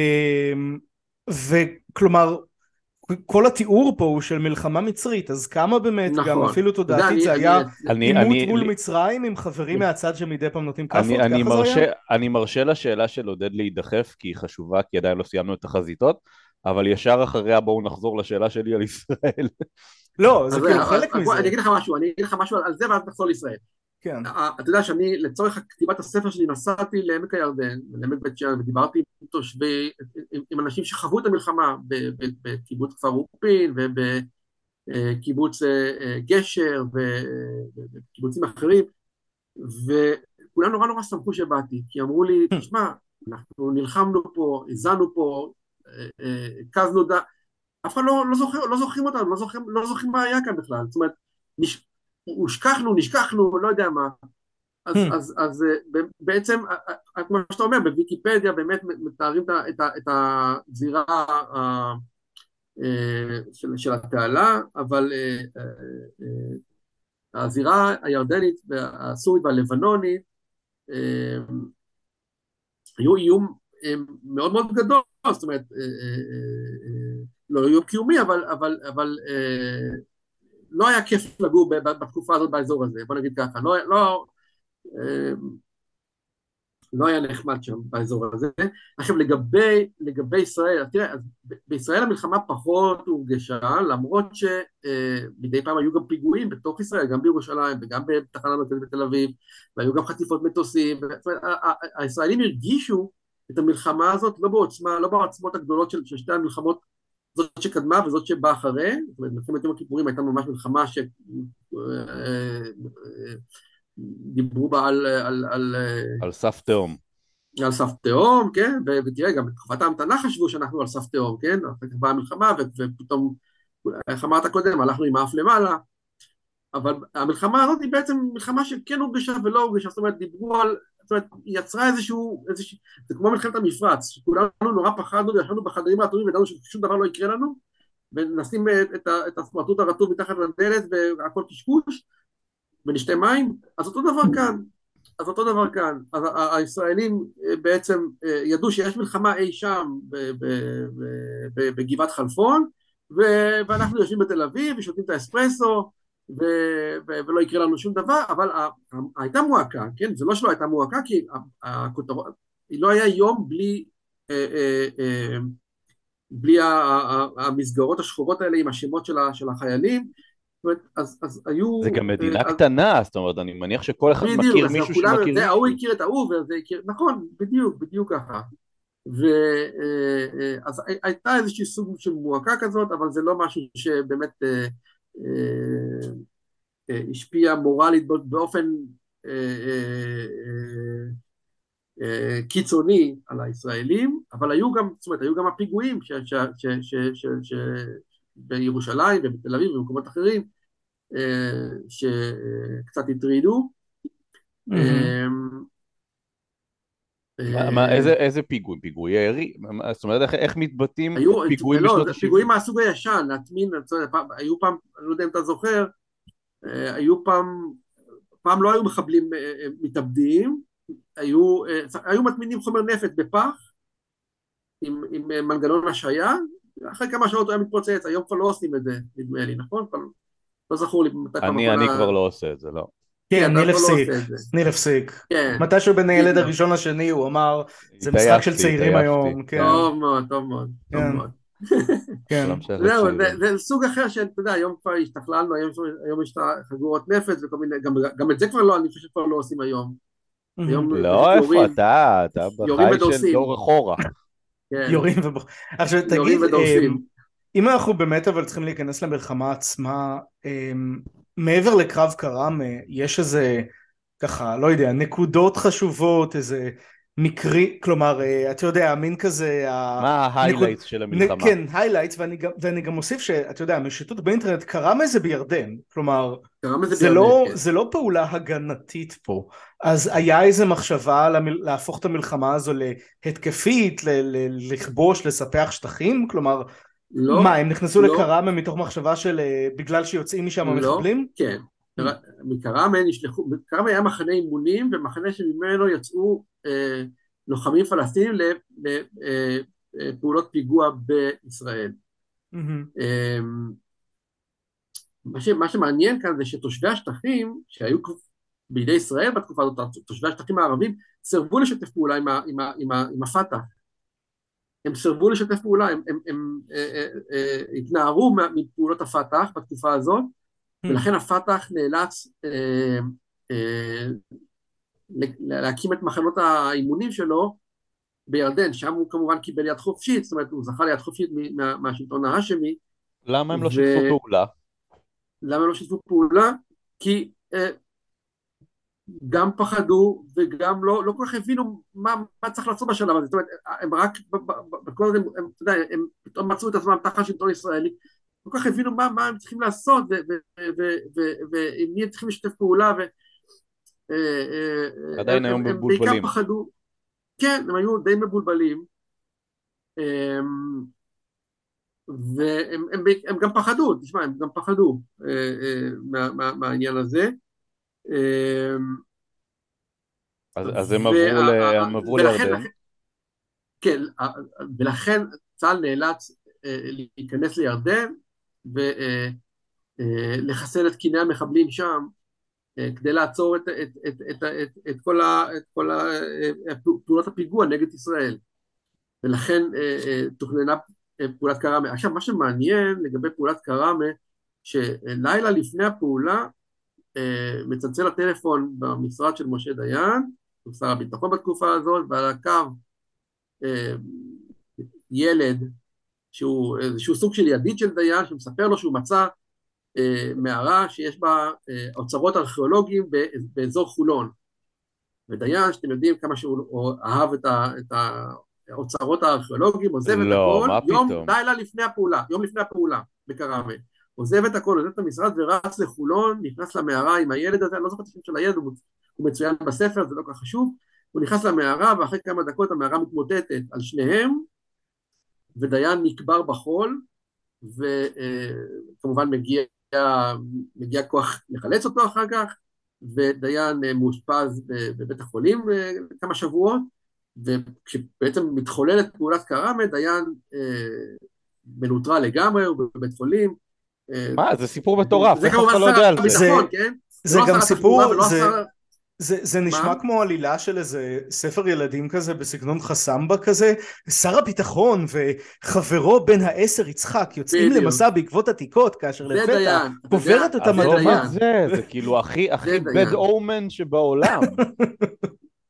וכלומר כל התיאור פה הוא של מלחמה מצרית, אז כמה באמת נכון. גם אפילו תודעתית זה היה עימות מול מצרים עם חברים מהצד שמדי פעם נותנים כפות, אני, אני, מרשה, אני מרשה לשאלה של עודד להידחף כי היא חשובה, כי עדיין לא סיימנו את החזיתות, אבל ישר אחריה בואו נחזור לשאלה שלי על ישראל. לא, זה כאילו חלק מזה. אני אגיד לך משהו, אני אגיד לך משהו על זה ואז נחזור לישראל. כן. אתה יודע שאני לצורך כתיבת הספר שלי נסעתי לעמק הירדן, לעמק בית שאן, ודיברתי עם תושבי, עם אנשים שחוו את המלחמה בקיבוץ כפר רופין ובקיבוץ גשר וקיבוצים אחרים, וכולם נורא נורא שמחו שבאתי, כי אמרו לי, תשמע, אנחנו נלחמנו פה, הזנו פה, קזנו דה, אף אחד לא, לא, זוכר, לא זוכרים אותנו, לא זוכרים, לא זוכרים מה היה כאן בכלל, זאת אומרת, נש, הושכחנו, נשכחנו, לא יודע מה, אז, אז, אז בעצם, כמו שאתה אומר, בוויקיפדיה באמת מתארים את, את הזירה של, של התעלה, אבל הזירה הירדנית, הסורית והלבנונית, היו איום מאוד מאוד גדול, זאת אומרת, לא איום קיומי, אבל, אבל, אבל לא היה כיף לגור בתקופה הזאת באזור הזה, בוא נגיד ככה, לא, לא, לא היה נחמד שם באזור הזה. עכשיו לגבי, לגבי ישראל, תראה, בישראל המלחמה פחות הורגשה, למרות שמדי פעם היו גם פיגועים בתוך ישראל, גם בירושלים וגם בתחנה מרכזית בתל אביב, והיו גם חטיפות מטוסים, הישראלים הרגישו את המלחמה הזאת לא בעוצמה, לא בעוצמות הגדולות של שתי המלחמות, זאת שקדמה וזאת שבאה אחרי, זאת אומרת, מלחמת יום הכיפורים הייתה ממש מלחמה ש... דיברו בה על... על, על, על סף תאום. על סף תאום, כן, ותראה, גם בתקופת ההמתנה חשבו שאנחנו על סף תאום, כן, אחר כך באה המלחמה, ופתאום, איך אמרת קודם, הלכנו עם האף למעלה, אבל המלחמה הזאת היא בעצם מלחמה שכן הורגשה ולא הורגשה, זאת אומרת, דיברו על... זאת אומרת, היא יצרה איזשהו, איזשהו, זה כמו מלחמת המפרץ, שכולנו נורא פחדנו, וישבנו בחדרים האטומים, ודענו ששום דבר לא יקרה לנו, ונשים את, את הסמרטוט הרטוב מתחת לדלת, והכל קשקוש, ונשתה מים, אז אותו דבר כאן, אז אותו דבר כאן, אז הישראלים בעצם ידעו שיש מלחמה אי שם, בגבעת חלפון, ואנחנו יושבים בתל אביב, ושותים את האספרסו, ו- ו- ולא יקרה לנו שום דבר, אבל הייתה מועקה, כן? זה לא שלא הייתה מועקה, כי הכותרות, לא היה יום בלי, אה, אה, אה, בלי המסגרות השחורות האלה עם השמות של, ה- של החיילים, זאת אומרת, אז, אז היו... זה גם מדינה אז, קטנה, זאת אומרת, אני מניח שכל אחד בדיוק, מכיר מישהו שמכיר מישהו. זה, ההוא הכיר את ההוא, וזה הכיר, נכון, בדיוק, בדיוק ככה. ואז הייתה איזושהי סוג של מועקה כזאת, אבל זה לא משהו שבאמת השפיע מורלית באופן קיצוני על הישראלים, אבל היו גם, זאת אומרת, היו גם הפיגועים בירושלים ובתל אביב ובמקומות אחרים, שקצת הטרידו. איזה פיגועים? פיגועי ירי? זאת אומרת, איך מתבטאים פיגועים בשנות ה-שבעים? פיגועים מהסוג הישן, להטמין, היו פעם, אני לא יודע אם אתה זוכר, היו פעם, פעם לא היו מחבלים מתאבדים, היו, היו מטמינים חומר נפט בפח, עם, עם מנגנון השעיה, אחרי כמה שעות הוא היה מתפוצץ, היום כבר לא עושים את זה, נדמה לי, נכון? לא זכור לי מתי פעם אני, אני כבר לא עושה את זה, לא. כן, ניל הפסיק, ניל הפסיק. מתישהו בין הילד הראשון לשני הוא אמר, זה משחק של צעירים היום. טוב מאוד, טוב מאוד, טוב מאוד. זהו, זה סוג אחר שאתה יודע, היום כבר השתכללנו, היום יש את החגורות נפץ וכל מיני, גם את זה כבר לא, אני חושב שכבר לא עושים היום. לא, איפה אתה? אתה בחי של דור אחורה. יורים ובוחרים. עכשיו תגיד, אם אנחנו באמת אבל צריכים להיכנס למלחמה עצמה, מעבר לקרב קרם, יש איזה, ככה, לא יודע, נקודות חשובות, איזה מקרי, כלומר, אתה יודע, מין כזה... מה ההיילייטס של המלחמה? כן, היילייטס, ואני גם, ואני גם מוסיף שאתה יודע, המשיטות באינטרנט, קרם איזה בירדן, כלומר, זה לא, זה לא פעולה הגנתית פה, אז היה איזה מחשבה להפוך את המלחמה הזו להתקפית, לכבוש, לספח שטחים, כלומר, לא, מה, הם נכנסו לא. לקרם מתוך מחשבה של בגלל שיוצאים משם המחבלים? לא, כן. מקרם נשלחו, מקרם היה מחנה אימונים, ומחנה שממנו יצאו אה, לוחמים פלסטינים לפעולות אה, פיגוע בישראל. Mm-hmm. אה, מה, ש, מה שמעניין כאן זה שתושבי השטחים, שהיו בידי ישראל בתקופה הזאת, תושבי השטחים הערבים, סרבו לשתף פעולה עם, ה, עם, ה, עם, ה, עם הפתח. הם סרבו לשתף פעולה, הם, הם, הם אה, אה, אה, התנערו מפעולות הפתח בתקופה הזאת, ולכן הפתח נאלץ אה, אה, להקים את מחנות האימונים שלו בירדן, שם הוא כמובן קיבל יד חופשית, זאת אומרת הוא זכה ליד חופשית מה, מהשלטון ההשמי. למה הם לא ו... שיתפו פעולה? למה הם לא שיתפו פעולה? כי אה, גם פחדו וגם לא, לא כל כך הבינו מה, מה צריך לעשות בשלב הזה, זאת אומרת הם רק, בכל זאת הם, הם, אתה יודע, הם פתאום מצאו את עצמם תחת שלטון ישראלי, כל כך הבינו מה, מה הם צריכים לעשות, ועם מי הם צריכים לשתף פעולה, עדיין היום הם בעיקר פחדו, כן, הם היו די מבולבלים, והם גם פחדו, תשמע, הם גם פחדו מהעניין הזה. אז הם עברו לירדן. כן, ולכן צה"ל נאלץ להיכנס לירדן ולחסל את קיני המחבלים שם כדי לעצור את, את, את, את, את, את כל, ה, את כל פעולות הפיגוע נגד ישראל, ולכן תוכננה פעולת קראמה. עכשיו מה שמעניין לגבי פעולת קראמה, שלילה לפני הפעולה מצלצל הטלפון במשרד של משה דיין, הוא שר הביטחון בתקופה הזאת, ועל הקו ילד שהוא איזשהו סוג של ידיד של דיין, שמספר לו שהוא מצא אה, מערה שיש בה אה, אוצרות ארכיאולוגיים באזור חולון. ודיין, שאתם יודעים כמה שהוא אהב את, ה, את האוצרות הארכיאולוגיים, עוזב לא, את הכל, יום פתאום? לילה לפני הפעולה, יום לפני הפעולה בקראמה. עוזב את הכל, עוזב את המשרד ורץ לחולון, נכנס למערה עם הילד הזה, אני לא זוכר את השם של הילד, הוא, הוא מצוין בספר, זה לא כך חשוב, הוא נכנס למערה ואחרי כמה דקות המערה מתמוטטת על שניהם, ודיין נקבר בחול, וכמובן מגיע, מגיע כוח לחלץ אותו אחר כך, ודיין מאושפז בבית החולים כמה שבועות, וכשבעצם מתחוללת פעולת קראמה, דיין מנוטרל לגמרי, הוא בבית חולים. מה? זה סיפור מטורף, זה כמובן שר הביטחון, כן? זה גם סיפור, זה, זה נשמע מה? כמו עלילה של איזה ספר ילדים כזה בסגנון חסמבה כזה, שר הביטחון וחברו בן העשר יצחק יוצאים למסע בעקבות עתיקות כאשר לפתע קוברת אותם אדומה. זה, זה כאילו הכי, הכי bad omen שבעולם.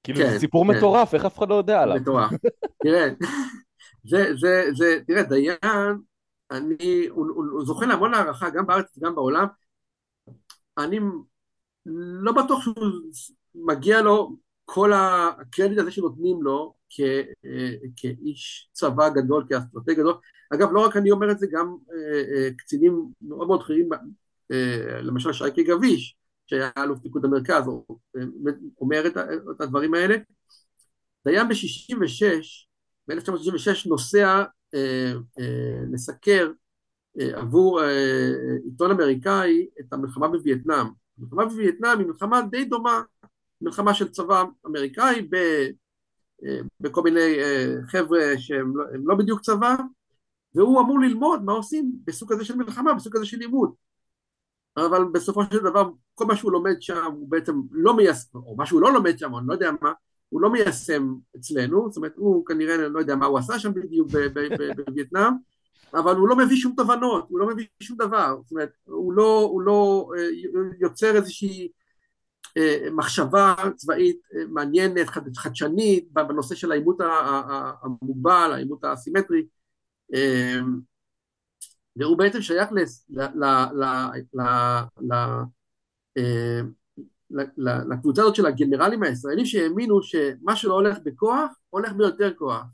כאילו זה כן, סיפור כן, מטורף, איך אף אחד לא יודע זה עליו? מטורף. תראה, זה, זה, זה, תראה, דיין, אני, הוא, הוא, הוא זוכה להמון הערכה, גם בארץ וגם בעולם, אני לא בטוח שהוא מגיע לו כל הקרדיט הזה שנותנים לו כ, אה, כאיש צבא גדול, כאסטרטג גדול. אגב, לא רק אני אומר את זה, גם אה, אה, קצינים מאוד מאוד בכירים, אה, למשל שייקה גביש, שהיה אלוף פיקוד המרכז, הוא אה, אומר את, את הדברים האלה. דיין ב-שישים ושש, ב-אלף תשע מאות שישים ושש, נוסע אה, אה, לסקר אה, עבור אה, עיתון אמריקאי את המלחמה בווייטנאם. המלחמה בווייטנאם היא מלחמה די דומה, מלחמה של צבא אמריקאי ב, אה, בכל מיני אה, חבר'ה שהם לא, לא בדיוק צבא, והוא אמור ללמוד מה עושים בסוג הזה של מלחמה, בסוג הזה של לימוד. אבל בסופו של דבר, כל מה שהוא לומד שם הוא בעצם לא מיישם, או מה שהוא לא לומד שם, אני לא יודע מה, הוא לא מיישם אצלנו, זאת אומרת, הוא כנראה לא יודע מה הוא עשה שם בדיוק בווייטנאם, אבל הוא לא מביא שום תובנות, הוא לא מביא שום דבר, זאת אומרת, הוא לא, הוא לא אה, יוצר איזושהי אה, מחשבה צבאית אה, מעניינת, חד, חדשנית, בנושא של העימות המוגבל, העימות הסימטרי, אה, והוא בעצם שייך ל, ל, ל, ל, ל, ל, אה, לקבוצה הזאת של הגנרלים הישראלים שהאמינו שמה שלא הולך בכוח, הולך ביותר כוח.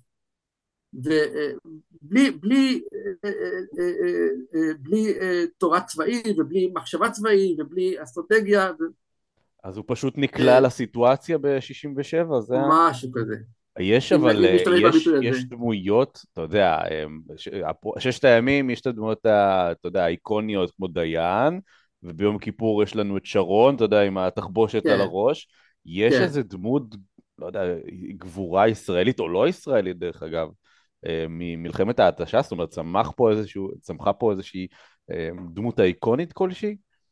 ובלי בלי, בלי תורה צבאית ובלי מחשבה צבאית ובלי אסטרטגיה. אז הוא פשוט נקלע לסיטואציה ב-שישים ושבע, זה ה... משהו כזה. יש אם, אבל, אם משתמש יש, בביטוי הזה. יש דמויות, אתה יודע, ש- ששת הימים יש את הדמויות, ה- אתה יודע, האיקוניות כמו דיין, וביום כיפור יש לנו את שרון, אתה יודע, עם התחבושת על כן, הראש. יש כן. איזה דמות, לא יודע, גבורה ישראלית או לא ישראלית דרך אגב, אה, ממלחמת ההתשה, זאת אומרת, צמח פה איזשהו, צמחה פה איזושהי אה, דמות איקונית כלשהי,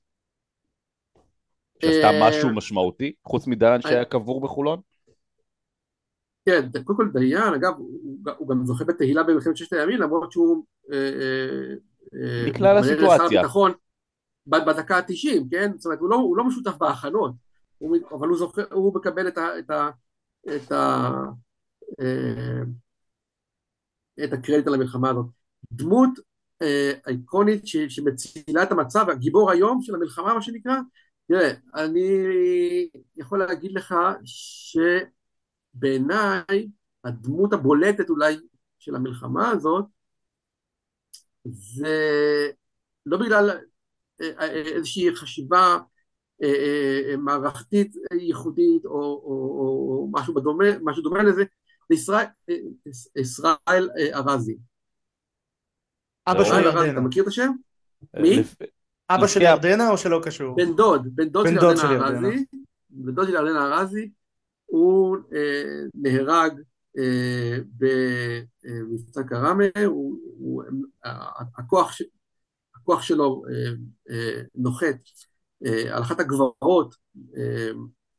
שעשתה משהו אה, משמעותי, חוץ מדיין אה, שהיה קבור בחולון? כן, קודם כל דיין, אגב, הוא, הוא גם זוכה בתהילה במלחמת ששת הימים, למרות שהוא אה, אה, אה, נקלע מתמנה לשר לסיטואציה. הביטחון בדקה ה-תשעים, כן? זאת אומרת, הוא לא, הוא לא משותף בהכנות, הוא, אבל הוא, זוכה, הוא מקבל את ה... את ה, את ה אה, את הקרדיט על המלחמה הזאת. דמות אה, איקונית ש, שמצילה את המצב, הגיבור היום של המלחמה, מה שנקרא. תראה, אני יכול להגיד לך שבעיניי הדמות הבולטת אולי של המלחמה הזאת, זה לא בגלל אה, אה, איזושהי חשיבה אה, אה, מערכתית ייחודית או, או, או, או משהו, בדומה, משהו דומה לזה, זה ישראל, אה, ישראל אה, ארזי. אבא של ישראל ארזי, אתה ירדנה. מכיר את השם? אה, מי? לפ- אבא של לפי ה... ירדנה או שלא קשור? בן דוד, בן דוד של בן דוד ירדנה של ירדנה. ארזי, בן דוד של ירדנה ארזי, הוא אה, נהרג אה, במבצע כראמה, הוא, הוא, ה- הכוח, ש- הכוח שלו אה, אה, נוחת אה, על אחת הגבעות אה,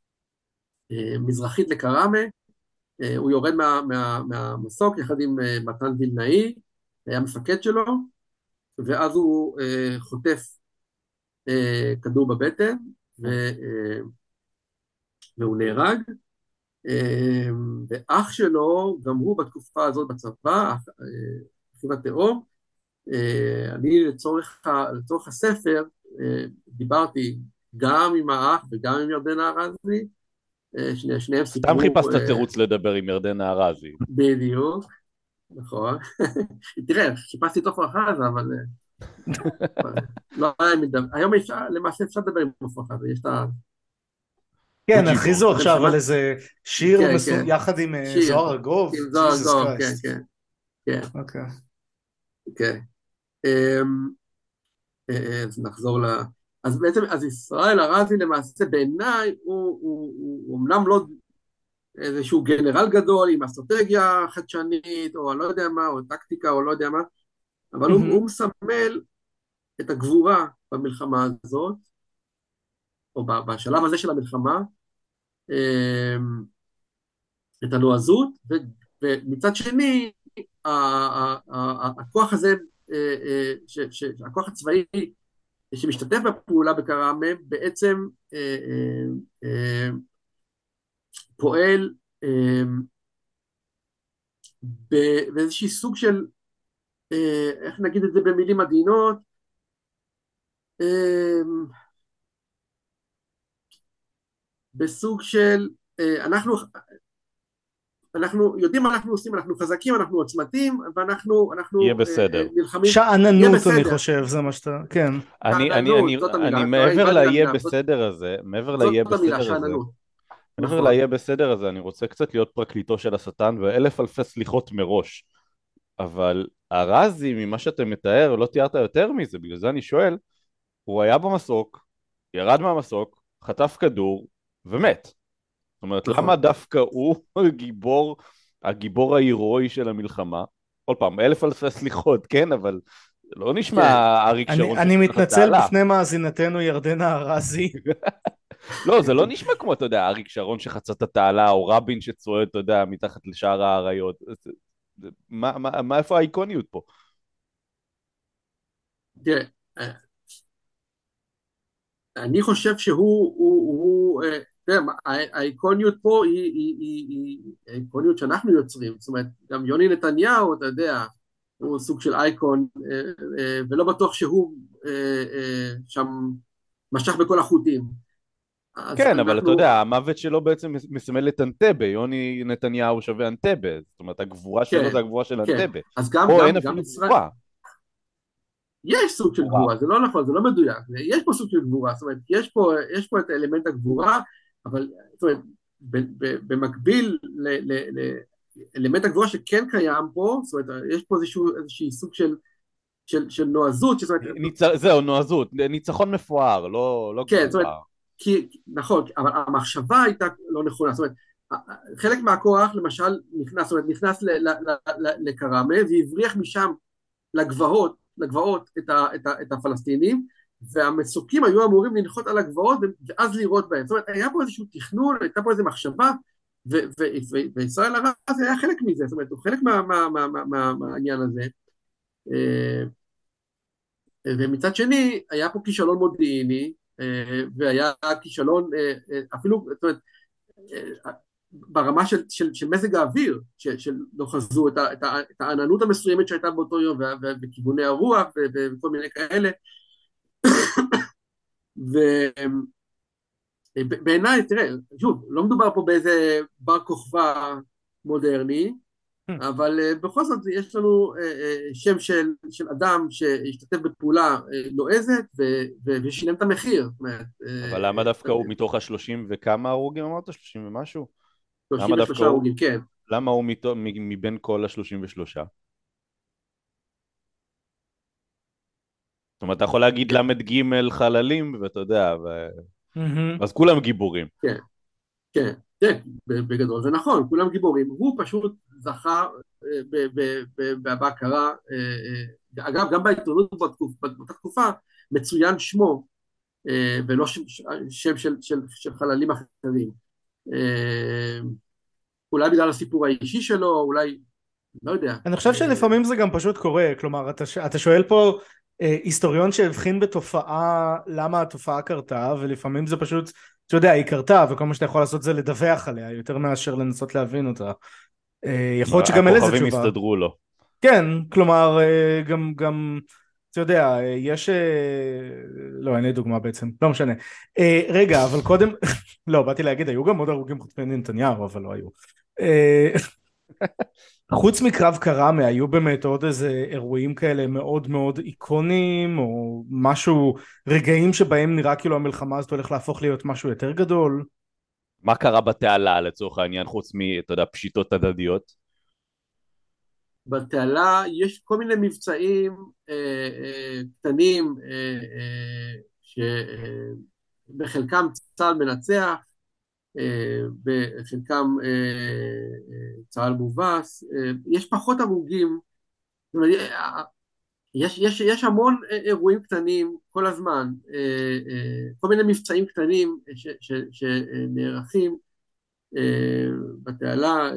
אה, מזרחית לכראמה, אה, הוא יורד מה, מה, מהמסוק יחד עם אה, מתן וילנאי, היה מפקד שלו, ואז הוא אה, חוטף אה, כדור בבטן, ו, אה, והוא נהרג, אה, ואח שלו, גם הוא בתקופה הזאת בצבא, אח- אה, אחיו התאום, אה, אני לצורך, ה- לצורך הספר, אה, דיברתי גם עם האח וגם עם ירדנה ארזי, אה, שני, שניהם סתם סיפרו, חיפשת אה, תירוץ לדבר עם ירדנה ארזי. בדיוק, נכון, תראה, חיפשתי את עפרה חזה, אבל אה, לא היה מדבר, היום אפשר, למעשה אפשר לדבר עם עפרה חזה, יש את ה... כן, אוג'י הכריזו בורד. אתם עכשיו על שמעת? איזה שיר כן, מסוג כן, יחד עם אה, שיר, זוהר ארגוב, עם זוהר ג'יזוס גוב, כן, קרייסט. כן, כן, אוקיי. כן. אמ, אה, אה, אז נחזור ל... אז בעצם, אז ישראל ארזי למעשה בעיניי הוא, הוא, הוא, הוא אמנם לא איזשהו גנרל גדול עם אסטרטגיה חדשנית, או אני לא יודע מה, או טקטיקה, או לא יודע מה, אבל הוא, הוא מסמל את הגבורה במלחמה הזאת, או בשלב הזה של המלחמה, אמ, את הנועזות, ו- ומצד שני, ה- ה- ה- הכוח הזה, אה, אה, ש- ש- הכוח הצבאי שמשתתף בפעולה בקראמה, בעצם אה, אה, אה, פועל באיזושהי סוג של, איך נגיד את זה במילים עדינות, בסוג של, אנחנו, אנחנו יודעים מה אנחנו עושים, אנחנו חזקים, אנחנו עוצמתיים, ואנחנו יהיה אנחנו, בסדר. נלחמים, שאננות אני חושב, זה מה שאתה, כן. אני, אני, שאננות, אני, זאת המילה, אני מעבר ליהיה בסדר הזה, מעבר ליהיה זאת המילה, בסדר הזה, שאננות. מעבר נכון. ליהיה בסדר הזה, אני רוצה קצת להיות פרקליטו של השטן, ואלף אלפי סליחות מראש. אבל הרזי, ממה שאתה מתאר, לא תיארת יותר מזה, בגלל זה אני שואל, הוא היה במסוק, ירד מהמסוק, חטף כדור, ומת. זאת אומרת, נכון. למה דווקא הוא הגיבור, הגיבור ההירואי של המלחמה? כל פעם, אלף אלפי סליחות, כן, אבל לא נשמע כן. אריק שרון אני שחטף את מתנצל התעלה. בפני מאזינתנו ירדנה ארזי. לא, זה לא נשמע כמו, אתה יודע, אריק שרון שחצה את התעלה, או רבין שצועד, אתה יודע, מתחת לשער האריות. מה, מה, מה, איפה האיקוניות פה? תראה, אני חושב שהוא, הוא, הוא, תראה, האיקוניות פה היא, היא, היא, היא האיקוניות שאנחנו יוצרים, זאת אומרת, גם יוני נתניהו, אתה יודע, הוא סוג של אייקון, ולא בטוח שהוא שם משך בכל החוטים. כן, אבל אתה אנחנו, יודע, המוות שלו בעצם מסמל את אנטבה, יוני נתניהו שווה אנטבה, זאת אומרת, הגבורה שלו כן, זה הגבורה של כן, אנטבה. אז גם, פה גם, אין גם אפילו ישראל, גבורה. יש סוג של גבורה, זה לא נכון, זה לא מדויק, יש פה סוג של גבורה, זאת אומרת, יש פה, יש פה את אלמנט הגבורה, אבל זאת אומרת, במקביל לאלמנט הגבורה שכן קיים פה, זאת אומרת, יש פה איזשהו, איזשהו סוג של, של, של נועזות, זאת אומרת, ניצ... זהו, נועזות, ניצחון מפואר, לא, לא כן, זאת אומרת, גבורה. כי, נכון, אבל המחשבה הייתה לא נכונה, זאת אומרת, חלק מהכוח למשל נכנס, זאת אומרת, נכנס לקראמה והבריח משם לגבעות, לגבעות את, ה, את, ה, את הפלסטינים, והמסוקים היו אמורים לנחות על הגבעות ואז לירות בהם. זאת אומרת, היה פה איזשהו תכנון, הייתה פה איזו מחשבה, ו, ו, ו, וישראל הרזי היה חלק מזה, זאת אומרת, הוא חלק מה, מה, מה, מה, מה, מהעניין הזה. ומצד שני, היה פה כישלון מודיעיני, והיה כישלון, אפילו, זאת אומרת, ברמה של, של, של מזג האוויר, של, שלא חזו את, ה, את, ה, את העננות המסוימת שהייתה באותו יום, וכיווני הרוח וכל מיני כאלה, ובעיניי, תראה, שוב, לא מדובר פה באיזה בר כוכבא מודרני, אבל בכל זאת יש לנו שם של, של אדם שהשתתף בפעולה נועזת ושילם את המחיר. אבל למה דווקא הוא מתוך השלושים וכמה הרוגים אמרת? שלושים ומשהו? שלושים ושלושה הרוגים, כן. למה הוא מבין כל השלושים ושלושה? זאת אומרת, אתה יכול להגיד למד ג' חללים, ואתה יודע, אז כולם גיבורים. כן, כן, כן, בגדול זה נכון, כולם גיבורים. הוא פשוט זכה בהכרה, אגב, גם בעיתונות באותה תקופה, מצוין שמו, ולא שם של חללים אחרים. אולי בגלל הסיפור האישי שלו, אולי, לא יודע. אני חושב שלפעמים זה גם פשוט קורה, כלומר, אתה שואל פה היסטוריון שהבחין בתופעה, למה התופעה קרתה, ולפעמים זה פשוט, אתה יודע, היא קרתה, וכל מה שאתה יכול לעשות זה לדווח עליה, יותר מאשר לנסות להבין אותה. יכול להיות שגם אין לזה תשובה. הכוכבים הסתדרו לו. כן, כלומר, גם, גם, אתה יודע, יש, לא, אין לי דוגמה בעצם, לא משנה. רגע, אבל קודם, לא, באתי להגיד, היו גם עוד הרוגים חוץ מנתניהו, אבל לא היו. חוץ מקרב קראמה, היו באמת עוד איזה אירועים כאלה מאוד מאוד איקוניים, או משהו, רגעים שבהם נראה כאילו המלחמה הזאת הולך להפוך להיות משהו יותר גדול? מה קרה בתעלה לצורך העניין, חוץ מ, אתה יודע, פשיטות הדדיות? בתעלה יש כל מיני מבצעים אה, אה, קטנים, אה, אה, שבחלקם צה"ל מנצח, בחלקם צה"ל מובס, יש פחות הרוגים, יש, יש, יש המון אירועים קטנים כל הזמן, כל מיני מבצעים קטנים ש, ש, שנערכים בתעלה,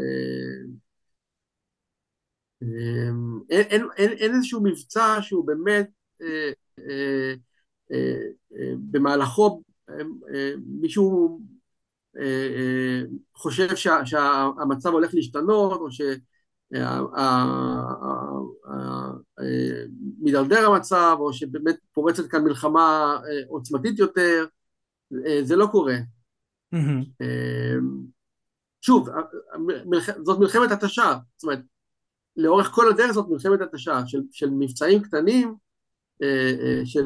אין, אין, אין, אין איזשהו מבצע שהוא באמת במהלכו מישהו חושב שהמצב הולך להשתנות, או שמדרדר המצב, או שבאמת פורצת כאן מלחמה עוצמתית יותר, זה לא קורה. שוב, זאת מלחמת התשה, זאת אומרת, לאורך כל הדרך זאת מלחמת התשה, של, של מבצעים קטנים, של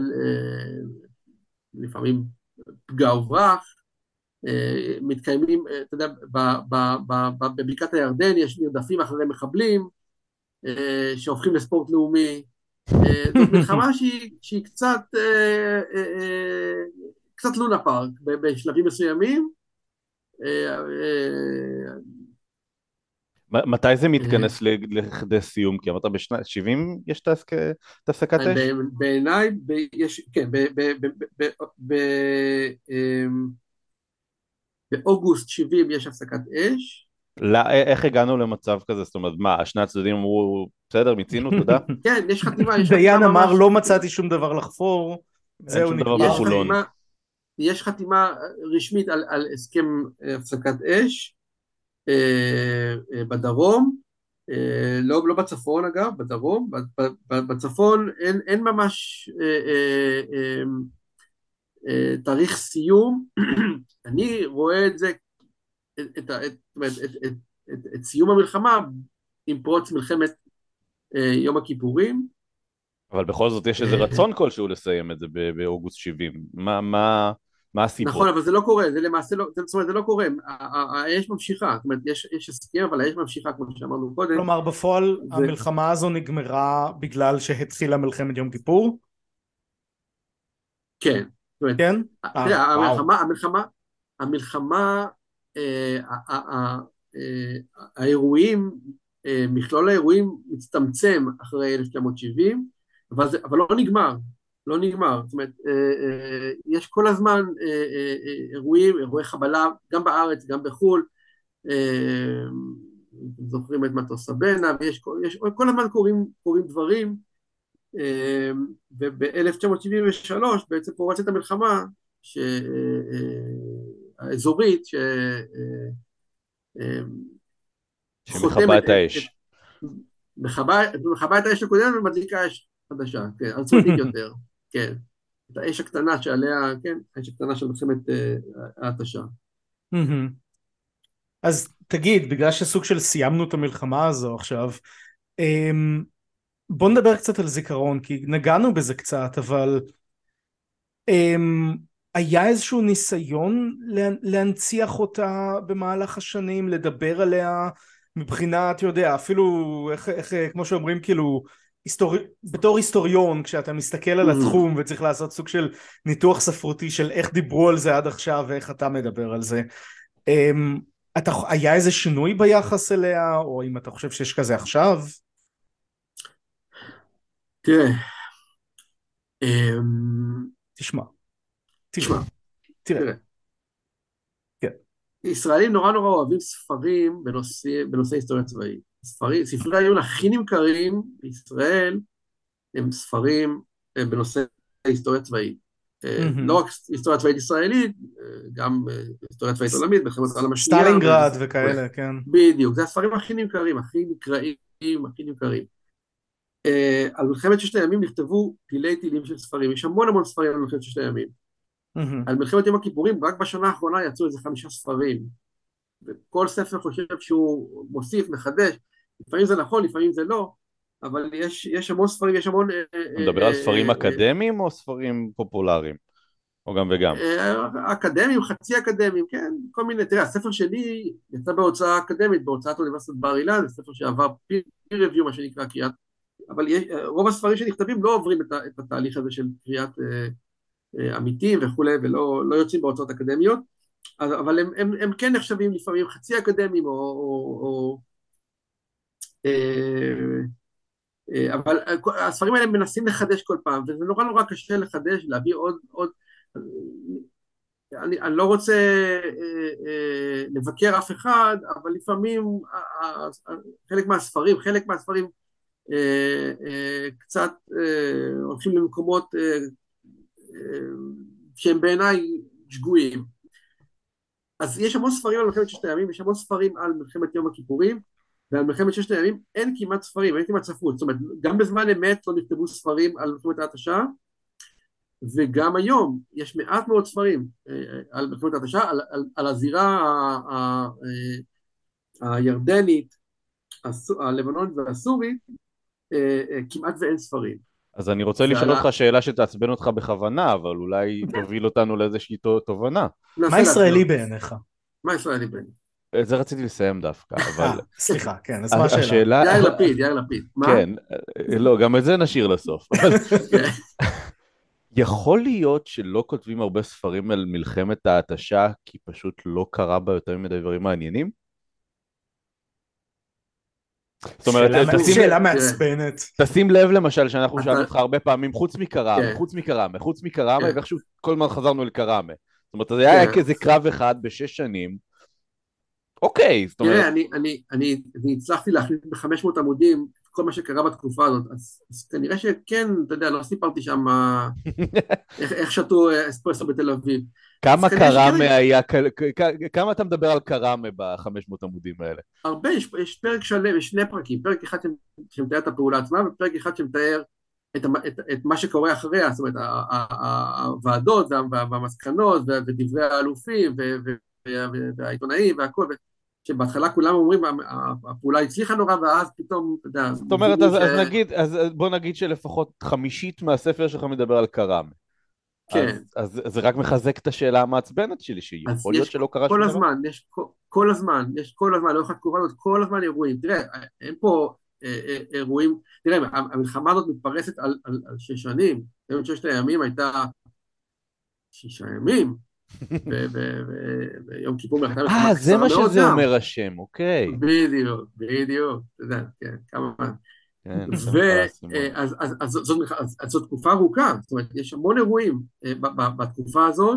לפעמים פגע וברח, מתקיימים, אתה יודע, בבקעת הירדן יש נרדפים אחרי מחבלים, שהופכים לספורט לאומי, זאת מלחמה שהיא, שהיא קצת, קצת לונה פארק, בשלבים מסוימים, מתי זה מתכנס לכדי סיום? כי אמרת בשנת שבעים יש את הפסקת אש? בעיניי, כן, באוגוסט שבעים יש הפסקת אש. איך הגענו למצב כזה? זאת אומרת, מה, שני הצדדים אמרו, בסדר, מיצינו, תודה? כן, יש חתימה. דיין אמר, לא מצאתי שום דבר לחפור, זהו נגמר. יש חתימה רשמית על הסכם הפסקת אש בדרום, לא, לא בצפון אגב, בדרום, בצפון אין, אין ממש תאריך סיום. אני רואה את זה, את, את, את, את, את, את, את סיום המלחמה עם פרוץ מלחמת יום הכיפורים. אבל בכל זאת יש איזה רצון כלשהו לסיים את זה באוגוסט שבעים. מה, מה, מה הסיבות? נכון, אבל זה לא קורה, זה למעשה לא, זאת אומרת, זה לא קורה, האש ממשיכה, זאת אומרת, יש, יש הסכם, אבל האש ממשיכה, כמו שאמרנו קודם. כלומר, בפועל, זה... המלחמה הזו נגמרה בגלל שהתחילה מלחמת יום כיפור? כן. אומרת, כן? תראה, 아, המלחמה, המלחמה, המלחמה, אה, אה, אה, אה, האירועים, אה, מכלול האירועים מצטמצם אחרי אלף תשע מאות שבעים, אבל, זה, אבל לא נגמר. לא נגמר, זאת אומרת, יש כל הזמן אירועים, אירועי חבלה, גם בארץ, גם בחול, זוכרים את מטוס סבנה, ויש יש, כל הזמן קורים, קורים דברים, וב-אלף תשע מאות שבעים ושלוש בעצם פורצת המלחמה האזורית, ש... שמכבה את האש. מכבה את האש הקודמת ומדליקה אש חדשה, כן, עוצמתית יותר. כן, את האש הקטנה שעליה, כן, האש הקטנה של מלחמת ההתשה. אז תגיד, בגלל שסוג של סיימנו את המלחמה הזו עכשיו, בוא נדבר קצת על זיכרון, כי נגענו בזה קצת, אבל היה איזשהו ניסיון להנציח אותה במהלך השנים, לדבר עליה מבחינת, יודע, אפילו, איך, איך, כמו שאומרים, כאילו, היסטורי... בתור היסטוריון, כשאתה מסתכל על התחום וצריך לעשות סוג של ניתוח ספרותי של איך דיברו על זה עד עכשיו ואיך אתה מדבר על זה, אתה... היה איזה שינוי ביחס אליה, או אם אתה חושב שיש כזה עכשיו? תראה, תשמע, תשמע, תראה. ישראלים נורא נורא אוהבים ספרים בנושא, בנושא היסטוריה צבאית. ספרים, ספרי העיון הכי נמכרים בישראל הם ספרים בנושא היסטוריה צבאית. לא רק היסטוריה צבאית ישראלית, גם היסטוריה צבאית עולמית, במלחמת העולם השנייה. סטלינגרד וכאלה, כן. בדיוק, זה הספרים הכי נמכרים, הכי נקראים, הכי נמכרים. על מלחמת ששת הימים נכתבו תילי תילים של ספרים, יש המון המון ספרים על מלחמת ששת הימים. על מלחמת יום הכיפורים, רק בשנה האחרונה יצאו איזה חמישה ספרים, וכל ספר חושב שהוא מוסיף, מחדש, לפעמים זה נכון, לפעמים זה לא, אבל יש, יש המון ספרים, יש המון... אתה מדבר על ספרים אקדמיים או ספרים פופולריים? או גם וגם? אקדמיים, חצי אקדמיים, כן, כל מיני, תראה, הספר שלי יצא בהוצאה אקדמית, בהוצאת אוניברסיטת בר אילן, זה ספר שעבר peer review, מה שנקרא קריאת, אבל רוב הספרים שנכתבים לא עוברים את התהליך הזה של קריאת עמיתים וכולי, ולא לא יוצאים בהוצאות אקדמיות, אבל הם, הם, הם כן נחשבים לפעמים חצי אקדמיים, או, או, או, אבל הספרים האלה מנסים לחדש כל פעם, וזה נורא נורא קשה לחדש, להביא עוד, עוד, אני, אני לא רוצה לבקר אף אחד, אבל לפעמים חלק מהספרים, חלק מהספרים קצת הולכים למקומות שהם בעיניי שגויים. אז יש המון ספרים על מלחמת ששת הימים, יש המון ספרים על מלחמת יום הכיפורים, ועל מלחמת ששת הימים אין כמעט ספרים, אין כמעט ספרות, זאת אומרת, גם בזמן אמת לא נכתבו ספרים על מלחמת ההתשה, וגם היום יש מעט מאוד ספרים על מלחמת ההתשה, על, על, על הזירה ה, ה, ה, הירדנית, הלבנונית והסורית, כמעט ואין ספרים. אז אני רוצה לשאול אותך שאלה שתעצבן אותך בכוונה, אבל אולי תוביל אותנו לאיזושהי תובנה. מה ישראלי בעיניך? מה ישראלי בעיניך? זה רציתי לסיים דווקא, אבל... סליחה, כן, אז מה השאלה? יאיר לפיד, יאיר לפיד. כן, לא, גם את זה נשאיר לסוף. יכול להיות שלא כותבים הרבה ספרים על מלחמת ההתשה, כי פשוט לא קרה בה יותר מדי דברים מעניינים? זאת אומרת, שאלה מעצבנת. תשים לב למשל שאנחנו שאלנו אותך הרבה פעמים, חוץ מקראמה, חוץ מקראמה, חוץ מקראמה, ואיכשהו כל הזמן חזרנו לקראמה. זאת אומרת, זה היה כזה קרב אחד בשש שנים. אוקיי, זאת אומרת... תראה, אני הצלחתי להחליט ב-חמש מאות עמודים כל מה שקרה בתקופה הזאת, אז כנראה שכן, אתה יודע, לא סיפרתי שם איך שתו אספרסו בתל אביב. כמה קראמה היה, כמה אתה מדבר על קראמה ב-חמש מאות עמודים האלה? הרבה, יש פרק שלם, יש שני פרקים, פרק אחד שמתאר את הפעולה עצמה, ופרק אחד שמתאר את מה שקורה אחריה, זאת אומרת, הוועדות והמסקנות ודברי האלופים והעיתונאים והכל, שבהתחלה כולם אומרים, הפעולה הצליחה נורא, ואז פתאום, אתה יודע... זאת אומרת, אז נגיד, אז בוא נגיד שלפחות חמישית מהספר שלך מדבר על קראמה. כן. אז זה רק מחזק את השאלה המעצבנת שלי, שיכול להיות שלא קרה שום דבר. כל הזמן, יש כל הזמן, יש כל הזמן, לאורך התקופה הזאת, כל הזמן אירועים. תראה, אין פה אירועים, תראה, המלחמה הזאת מתפרסת על שש שנים, היום ששת הימים הייתה שישה ימים, ויום כיפור מלחמה קצרה מאוד. אה, זה מה שזה אומר השם, אוקיי. בדיוק, בדיוק, אתה יודע, כן, כמה פעם. אז זו תקופה ארוכה, זאת אומרת, יש המון אירועים בתקופה הזאת.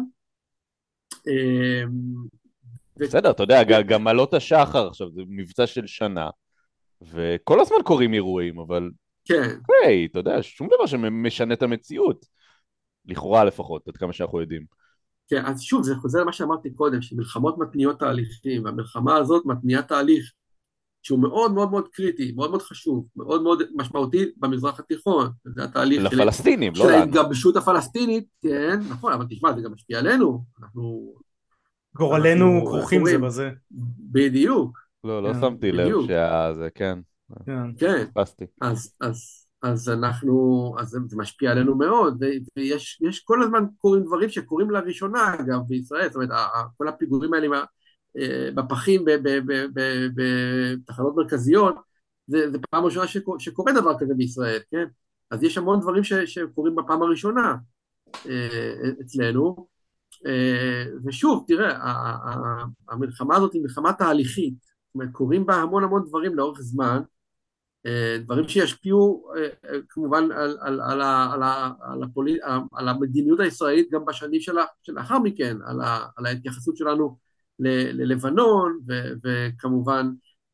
בסדר, אתה יודע, גם עלות השחר עכשיו, זה מבצע של שנה, וכל הזמן קורים אירועים, אבל... כן. היי, אתה יודע, שום דבר שמשנה את המציאות, לכאורה לפחות, עד כמה שאנחנו יודעים. כן, אז שוב, זה חוזר למה שאמרתי קודם, שמלחמות מתניעות תהליכים, והמלחמה הזאת מתניעה תהליך, שהוא מאוד מאוד מאוד קריטי, מאוד מאוד חשוב, מאוד מאוד משמעותי במזרח התיכון. זה התהליך של... לפלסטינים, לא לנו. לנו. של ההתגבשות הפלסטינית, כן, נכון, אבל תשמע, זה גם משפיע עלינו. אנחנו... גורלנו כרוכים זה בזה. בדיוק. לא, לא שמתי לב שזה, כן. כן. אז אנחנו, אז זה משפיע עלינו מאוד, ויש כל הזמן קורים דברים שקורים לראשונה, אגב, בישראל, זאת אומרת, כל הפיגורים האלה בפחים, בתחנות מרכזיות, זה פעם ראשונה שקורה דבר כזה בישראל, כן? אז יש המון דברים שקורים בפעם הראשונה אצלנו, ושוב, תראה, המלחמה הזאת היא מלחמה תהליכית, זאת אומרת, קורים בה המון המון דברים לאורך זמן, דברים שישפיעו כמובן על, על, על, על, על, הפוליט, על המדיניות הישראלית גם בשנים שלאחר מכן, על, ה, על ההתייחסות שלנו ללבנון, ו, וכמובן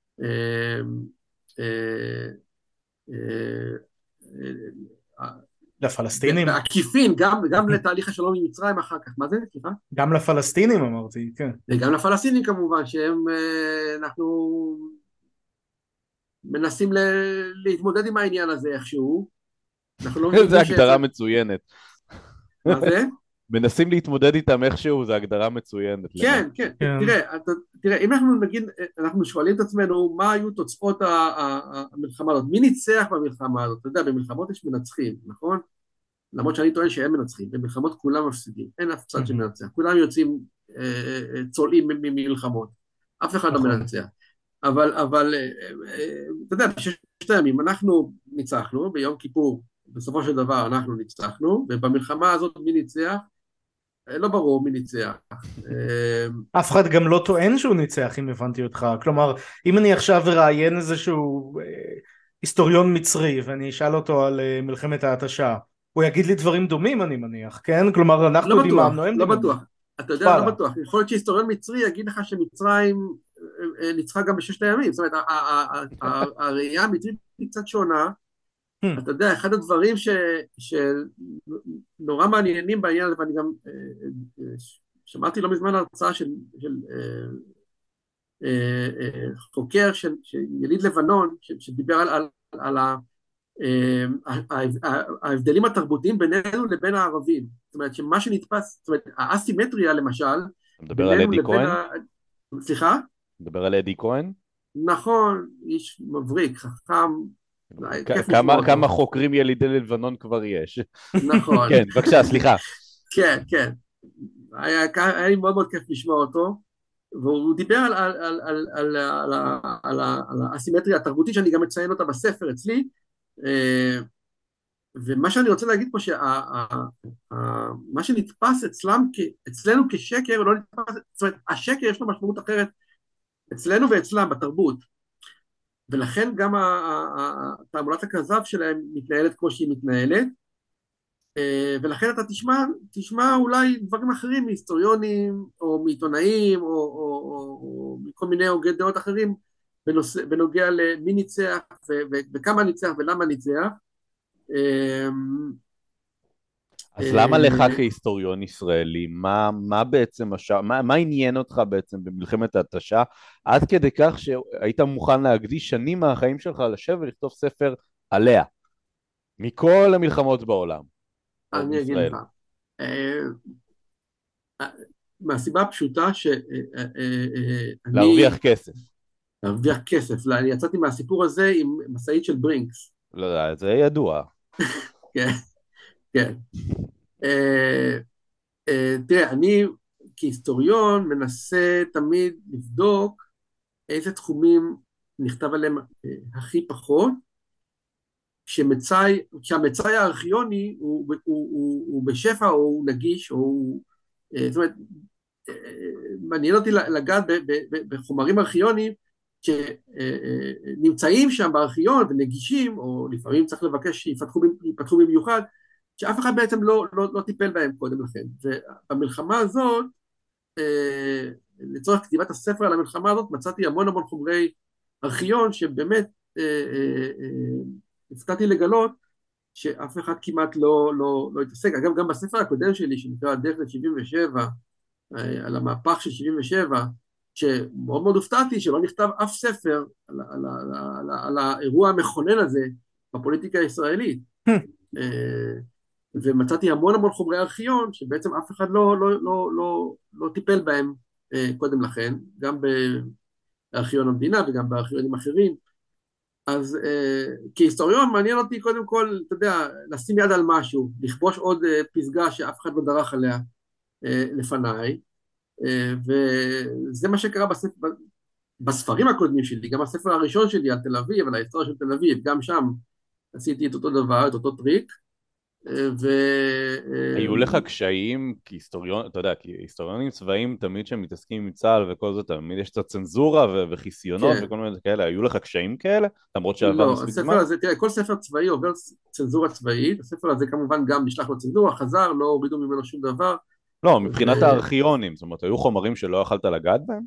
לפלסטינים. בעקיפין, גם, גם לתהליך השלום עם מצרים אחר כך, מה זה? סליחה? גם לפלסטינים אמרתי, כן. וגם לפלסטינים כמובן, שהם, אנחנו מנסים להתמודד עם העניין הזה איכשהו. זה הגדרה מצוינת. מה זה? מנסים להתמודד איתם איכשהו, זה הגדרה מצוינת. כן, כן, תראה, תראה, אם אנחנו נגיד, אנחנו שואלים את עצמנו, מה היו תוצאות המלחמה הזאת? מי ניצח במלחמה הזאת? אתה יודע, במלחמות יש מנצחים, נכון? למרות שאני טוען שהם מנצחים, במלחמות כולם מפסידים, אין אף צד שמנצח, כולם יוצאים צולעים ממלחמות, אף אחד לא מנצח. אבל, אבל, אתה יודע, בששת הימים אנחנו ניצחנו, ביום כיפור, בסופו של דבר אנחנו ניצחנו, ובמלחמה הזאת מי ניצח? לא ברור מי ניצח. אף אחד גם לא טוען שהוא ניצח, אם הבנתי אותך. כלומר, אם אני עכשיו אראיין איזשהו היסטוריון מצרי, ואני אשאל אותו על מלחמת ההתשה, הוא יגיד לי דברים דומים, אני מניח, כן? כלומר, אנחנו דיממנו, הם דיממנו. לא בטוח, אתה יודע, לא בטוח. יכול להיות שהיסטוריון מצרי יגיד לך שמצרים ניצחה גם בששת הימים, זאת אומרת, הראייה המצרית היא קצת שונה, אתה יודע, אחד הדברים שנורא מעניינים בעניין הזה, ואני גם שמעתי לא מזמן הרצאה של, של אה, אה, אה, חוקר של, של יליד לבנון, ש, שדיבר על, על, על ה, אה, ההבדלים התרבותיים בינינו לבין הערבים. זאת אומרת, שמה שנתפס, זאת אומרת, האסימטריה למשל, מדבר על בינינו אדי לבין כהן? ה... סליחה? מדבר על אדי כהן? נכון, איש מבריק, חכם, כיף לשמוע כמה, אותו. כמה חוקרים ילידי לבנון כבר יש? נכון. כן, בבקשה, סליחה. כן, כן. היה, היה לי מאוד מאוד כיף לשמוע אותו, והוא דיבר על, על, על, על, על, על, על, על האסימטריה התרבותית, שאני גם מציין אותה בספר אצלי, ומה שאני רוצה להגיד פה, שמה שנתפס אצלם, אצלנו כשקר, לא נתפס, זאת אומרת, השקר יש לו משמעות אחרת אצלנו ואצלם בתרבות, ולכן גם תעמולת הכזב שלהם מתנהלת כמו שהיא מתנהלת, ולכן אתה תשמע, תשמע אולי דברים אחרים מהיסטוריונים, או מעיתונאים, או, או, או, או מכל מיני הוגי דעות אחרים, בנושא, בנוגע למי ניצח, ו, ו, וכמה ניצח ולמה ניצח. אז למה לך כהיסטוריון ישראלי, מה, מה בעצם, הש... מה, מה עניין אותך בעצם במלחמת ההתשה, עד כדי כך שהיית מוכן להקדיש שנים מהחיים שלך לשבת ולכתוב ספר עליה, מכל המלחמות בעולם? אני אגיד לך, מהסיבה הפשוטה שאני... להרוויח כסף. להרוויח כסף, אני יצאתי מהסיפור הזה עם מסעית של ברינקס. לא, זה ידוע. כן, כן. תראה, אני כהיסטוריון מנסה תמיד לבדוק איזה תחומים נכתב עליהם הכי פחות, כשהמצאי הארכיוני הוא, הוא, הוא, הוא בשפע או הוא נגיש, או הוא, זאת אומרת, מעניין אותי לגעת בחומרים ארכיוניים שנמצאים שם בארכיון ונגישים, או לפעמים צריך לבקש שיפתחו במיוחד, שאף אחד בעצם לא, לא, לא טיפל בהם קודם לכן. ובמלחמה הזאת, לצורך כתיבת הספר על המלחמה הזאת, מצאתי המון המון חומרי ארכיון שבאמת הפתעתי לגלות שאף אחד כמעט לא, לא, לא התעסק. אגב, גם בספר הקודם שלי, שנקרא הדרך ל-שבעים ושבע, על המהפך של שבעים ושבע, שמאוד מאוד הופתעתי שלא נכתב אף ספר על, על, על, על, על האירוע המכונן הזה בפוליטיקה הישראלית. ומצאתי המון המון חומרי ארכיון שבעצם אף אחד לא, לא, לא, לא, לא טיפל בהם קודם לכן, גם בארכיון המדינה וגם בארכיונים אחרים. אז כהיסטוריון מעניין אותי קודם כל, אתה יודע, לשים יד על משהו, לכבוש עוד פסגה שאף אחד לא דרך עליה לפניי, וזה מה שקרה בספר, בספרים הקודמים שלי, גם הספר הראשון שלי על תל אביב, על ההיסטוריה של תל אביב, גם שם עשיתי את אותו דבר, את אותו טריק. ו... היו לך קשיים כהיסטוריון, אתה יודע, כי היסטוריונים צבאיים תמיד שמתעסקים עם צה"ל וכל זאת, תמיד יש את הצנזורה וחיסיונות וכל מיני כאלה, היו לך קשיים כאלה? למרות שעבר מספיק זמן? לא, תראה, כל ספר צבאי עובר צנזורה צבאית, הספר הזה כמובן גם נשלח לו צנזורה, חזר, לא הורידו ממנו שום דבר. לא, מבחינת הארכיונים, זאת אומרת, היו חומרים שלא יכלת לגעת בהם?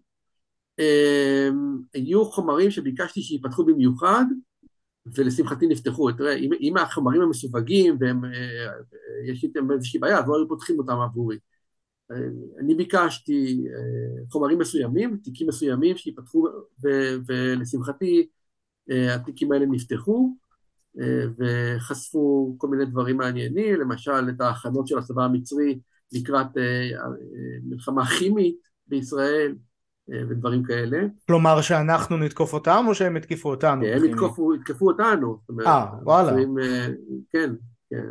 היו חומרים שביקשתי שיפתחו במיוחד, ולשמחתי נפתחו. תראה, אם, אם החומרים הם מסווגים, ויש איתם איזושהי בעיה, אז לא היו פותחים אותם עבורי. אני ביקשתי חומרים מסוימים, תיקים מסוימים שיפתחו, ו, ולשמחתי התיקים האלה נפתחו, וחשפו כל מיני דברים מעניינים, למשל את ההכנות של הצבא המצרי לקראת מלחמה כימית בישראל, ודברים כאלה. כלומר שאנחנו נתקוף אותם או שהם התקיפו אותנו? הם התקפו, התקפו אותנו. אה, וואלה. כן, כן.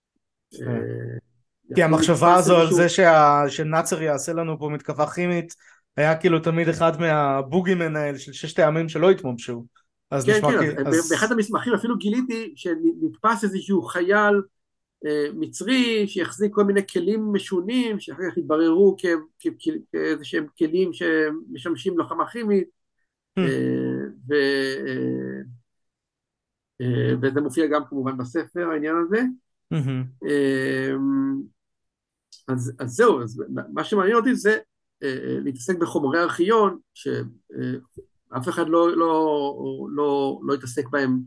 כי המחשבה הזו על זה שנאצר יעשה לנו פה מתקפה כימית, היה כאילו תמיד אחד מהבוגימן האלה של ששת הימים שלא התממשו. כן, כן, באחד המסמכים אפילו גיליתי שנתפס איזשהו חייל מצרי שהחזיק כל מיני כלים משונים שאחר כך התבררו כאיזשהם כלים שמשמשים לוחמה כימית, וזה מופיע גם כמובן בספר העניין הזה. אז זהו, מה שמעניין אותי זה להתעסק בחומרי ארכיון שאף אחד לא התעסק בהם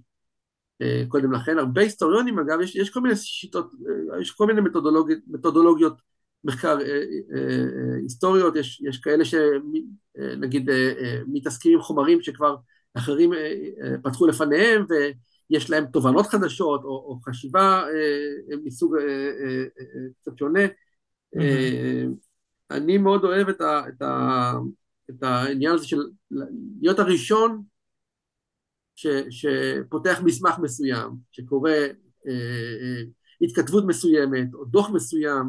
קודם לכן. הרבה היסטוריונים, אגב, יש, יש כל מיני שיטות, יש כל מיני מתודולוגיות, מתודולוגיות מחקר היסטוריות, יש, יש כאלה שנגיד מתעסקים עם חומרים שכבר אחרים פתחו לפניהם, ויש להם תובנות חדשות, או, או חשיבה מסוג קצת שונה. Mm-hmm. אני מאוד אוהב את, ה, את, ה, את העניין הזה של להיות הראשון ש, שפותח מסמך מסוים, שקורא התכתבות מסוימת, או דוח מסוים,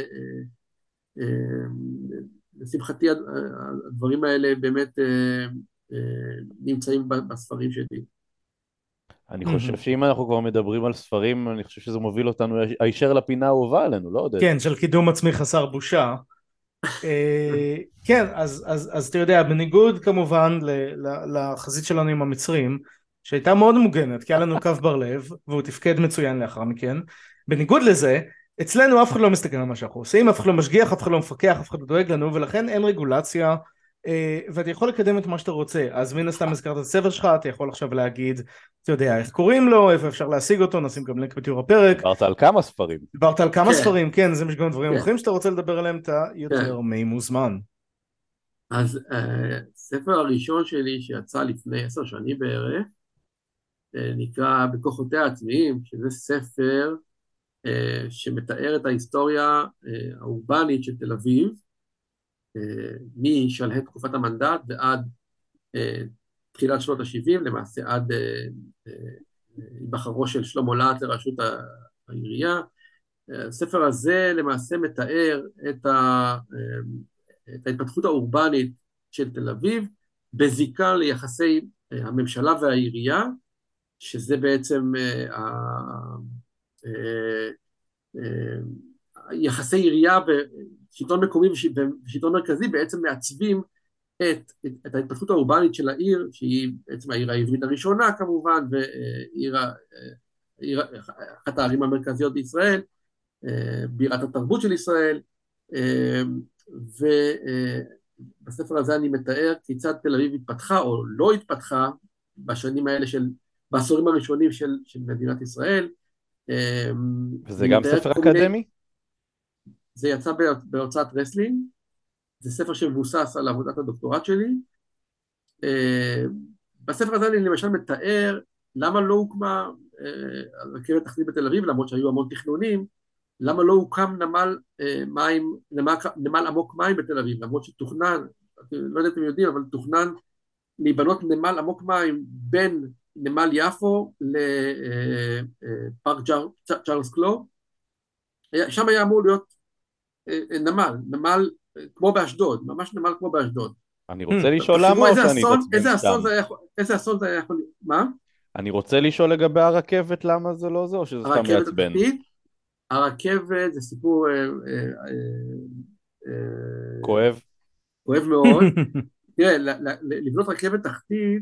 ולשמחתי הדברים האלה באמת נמצאים בספרים שלי. אני חושב שאם אנחנו כבר מדברים על ספרים, אני חושב שזה מוביל אותנו הישר לפינה האהובה עלינו, לא עודד? כן, של קידום עצמי חסר בושה. כן, אז אתה יודע, בניגוד כמובן לחזית שלנו עם המצרים, שהייתה מאוד מוגנת, כי היה לנו קו בר לב, והוא תפקד מצוין לאחר מכן. בניגוד לזה, אצלנו אף אחד לא מסתכל על מה שאנחנו עושים, אף אחד לא משגיח, אף אחד לא מפקח, אף אחד לא דואג לנו, ולכן אין רגולציה, ואתה יכול לקדם את מה שאתה רוצה. אז מן הסתם הזכרת את הספר שלך, אתה יכול עכשיו להגיד, אתה יודע, איך קוראים לו, איפה אפשר להשיג אותו, נשים גם לינק בתיאור הפרק. דיברת על כמה ספרים. דיברת על כמה ספרים, כן, זה גם דברים אחרים שאתה רוצה לדבר עליהם, אתה יותר ממוזמן. אז הספר הראשון שלי שיצא לפני עשר שנים בערך, נקרא בכוחותיה העצמיים, שזה ספר שמתאר את ההיסטוריה האורבנית של תל אביב, משלהי תקופת המנדט ועד תחילת שנות ה-שבעים, למעשה עד בחרו של שלמה להט לראשות העירייה. הספר הזה למעשה מתאר את, ה, את ההתפתחות האורבנית של תל אביב, בזיקה ליחסי הממשלה והעירייה, שזה בעצם יחסי עירייה ושלטון מקומי ושלטון מרכזי בעצם מעצבים את, את, את ההתפתחות האורבנית של העיר, שהיא בעצם העיר העברית הראשונה כמובן, ועיר, עיר, אחת הערים המרכזיות בישראל, בירת התרבות של ישראל, ובספר הזה אני מתאר כיצד תל אביב התפתחה או לא התפתחה בשנים האלה של, בעשורים הראשונים של, של מדינת ישראל. וזה גם ספר אקדמי? מיני, זה יצא בהוצאת רסלינג, זה ספר שמבוסס על עבודת הדוקטורט שלי. בספר הזה אני למשל מתאר למה לא הוקמה רכבת תחתית בתל אביב, למרות שהיו המון תכנונים, למה לא הוקם נמל מים, נמל, נמל עמוק מים בתל אביב, למרות שתוכנן, לא יודע אם אתם יודעים, אבל תוכנן להיבנות נמל עמוק מים בין נמל יפו לפארק צ'ארלס קלור, שם היה אמור להיות נמל, נמל כמו באשדוד, ממש נמל כמו באשדוד. אני רוצה לשאול למה או שאני מתעצבן סתם? איזה אסון זה היה יכול... מה? אני רוצה לשאול לגבי הרכבת, למה זה לא זה, או שזה סתם מעצבן? הרכבת זה סיפור כואב. כואב מאוד. תראה, לבנות רכבת תחתית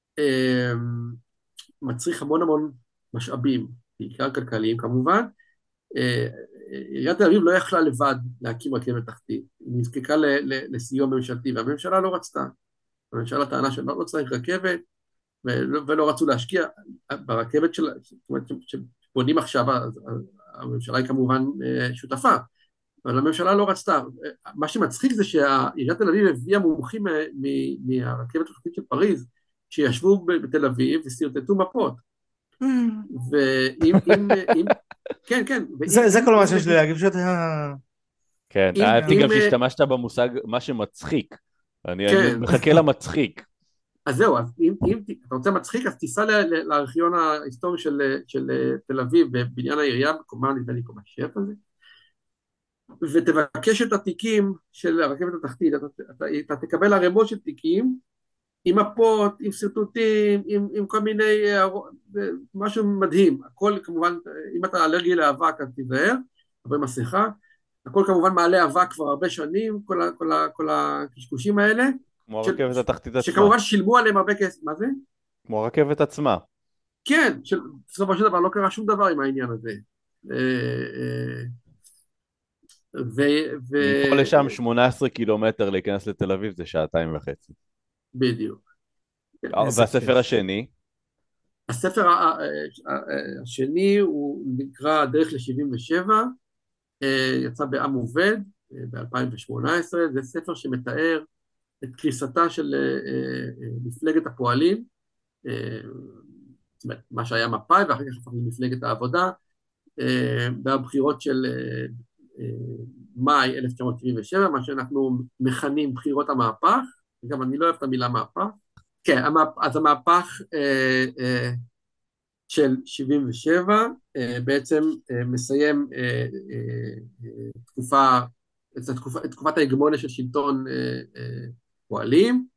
מצריך המון המון משאבים, בעיקר כלכליים כמובן. עיריית תל אביב לא יכלה לבד להקים רכבת תחתית, היא נזקקה לסיוע ממשלתי, והממשלה לא רצתה. הממשלה טענה שלא צריך רכבת, ולא רצו להשקיע ברכבת של, זאת אומרת, שבונים עכשיו, הממשלה היא כמובן שותפה, אבל הממשלה לא רצתה. מה שמצחיק זה שעיריית תל אביב הביאה מומחים מהרכבת התחתית של פריז, שישבו בתל אביב וסרטטו מפות. ואם, אם, כן, כן. זה כל מה שיש לי להגיד, שאתה... כן, אהבתי גם שהשתמשת במושג מה שמצחיק. אני מחכה למצחיק. אז זהו, אז אם אתה רוצה מצחיק, אז תיסע לארכיון ההיסטורי של תל אביב, בבניין העירייה, בקומה, נדמה לי קומה שבע הזה, ותבקש את התיקים של הרכבת התחתית, אתה תקבל ערימות של תיקים, עם מפות, עם סרטוטים, עם, עם כל מיני, משהו מדהים, הכל כמובן, אם אתה אלרגי לאבק, אז תיזהר, אבל מסכה, הכל כמובן מעלה אבק כבר הרבה שנים, כל, כל, כל הקשקושים האלה, כמו הרכבת התחתית עצמה. שכמובן שילמו עליהם הרבה כסף, מה זה? כמו הרכבת עצמה. כן, בסופו של דבר לא קרה שום דבר עם העניין הזה. ו... ו... מפה לשם שמונה עשרה קילומטר להיכנס לתל אביב זה שעתיים וחצי. בדיוק. והספר השני? הספר השני הוא נקרא דרך ל-שבעים ושבע, יצא בעם עובד, ב-אלפיים שמונה עשרה, זה ספר שמתאר את קריסתה של מפלגת הפועלים, זאת אומרת, מה שהיה מפא"י, ואחר כך הפך למפלגת העבודה, בבחירות של מאי אלף תשע מאות שבעים ושבע, מה שאנחנו מכנים בחירות המהפך, גם אני לא אוהב את המילה מהפך, כן, אז המהפך של שבעים ושבע בעצם מסיים תקופה, את תקופת ההגמוניה של שלטון פועלים,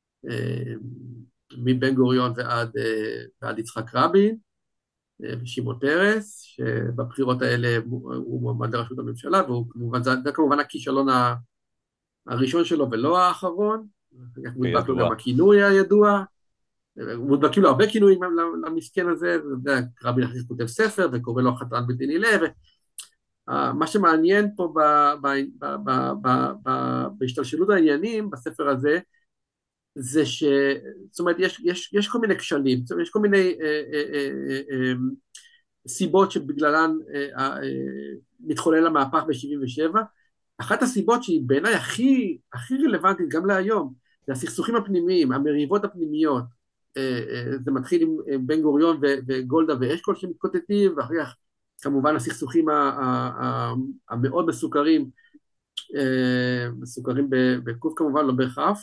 מבן גוריון ועד, ועד יצחק רבין, ושמעון פרס, שבבחירות האלה הוא מועמד לראשות הממשלה, וזה כמובן הכישלון הראשון שלו ולא האחרון, מודבק לו גם הכינוי הידוע, מודבקים לו הרבה כינויים למסכן הזה, רבין אחרי כותב ספר וקורא לו חתרן בלתי נלאה, מה שמעניין פה בהשתלשלות העניינים בספר הזה, זה ש... זאת אומרת, יש, יש, יש כל מיני כשלים, זאת אומרת, יש כל מיני אה, אה, אה, אה, סיבות שבגללן אה, אה, מתחולל המהפך ב-שבעים ושבע. אחת הסיבות שהיא בעיניי הכי, הכי רלוונטית גם להיום, זה הסכסוכים הפנימיים, המריבות הפנימיות. אה, אה, זה מתחיל עם בן גוריון ו- וגולדה ואשכול שמתקוטטים, ואחר כך כמובן הסכסוכים ה- ה- ה- המאוד מסוכרים, אה, מסוכרים בקוף כמובן, לא בכף,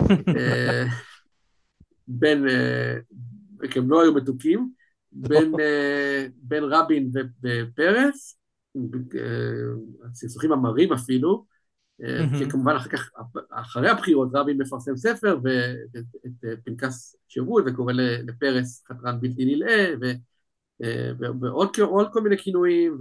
בין, כי הם לא היו מתוקים, בין, בין רבין ופרס, הסכסוכים המרים אפילו, שכמובן אחר כך, אחרי הבחירות רבין מפרסם ספר, ואת פנקס שירות, וקורא לפרס חתרן בלתי נלאה, ועוד כל מיני כינויים,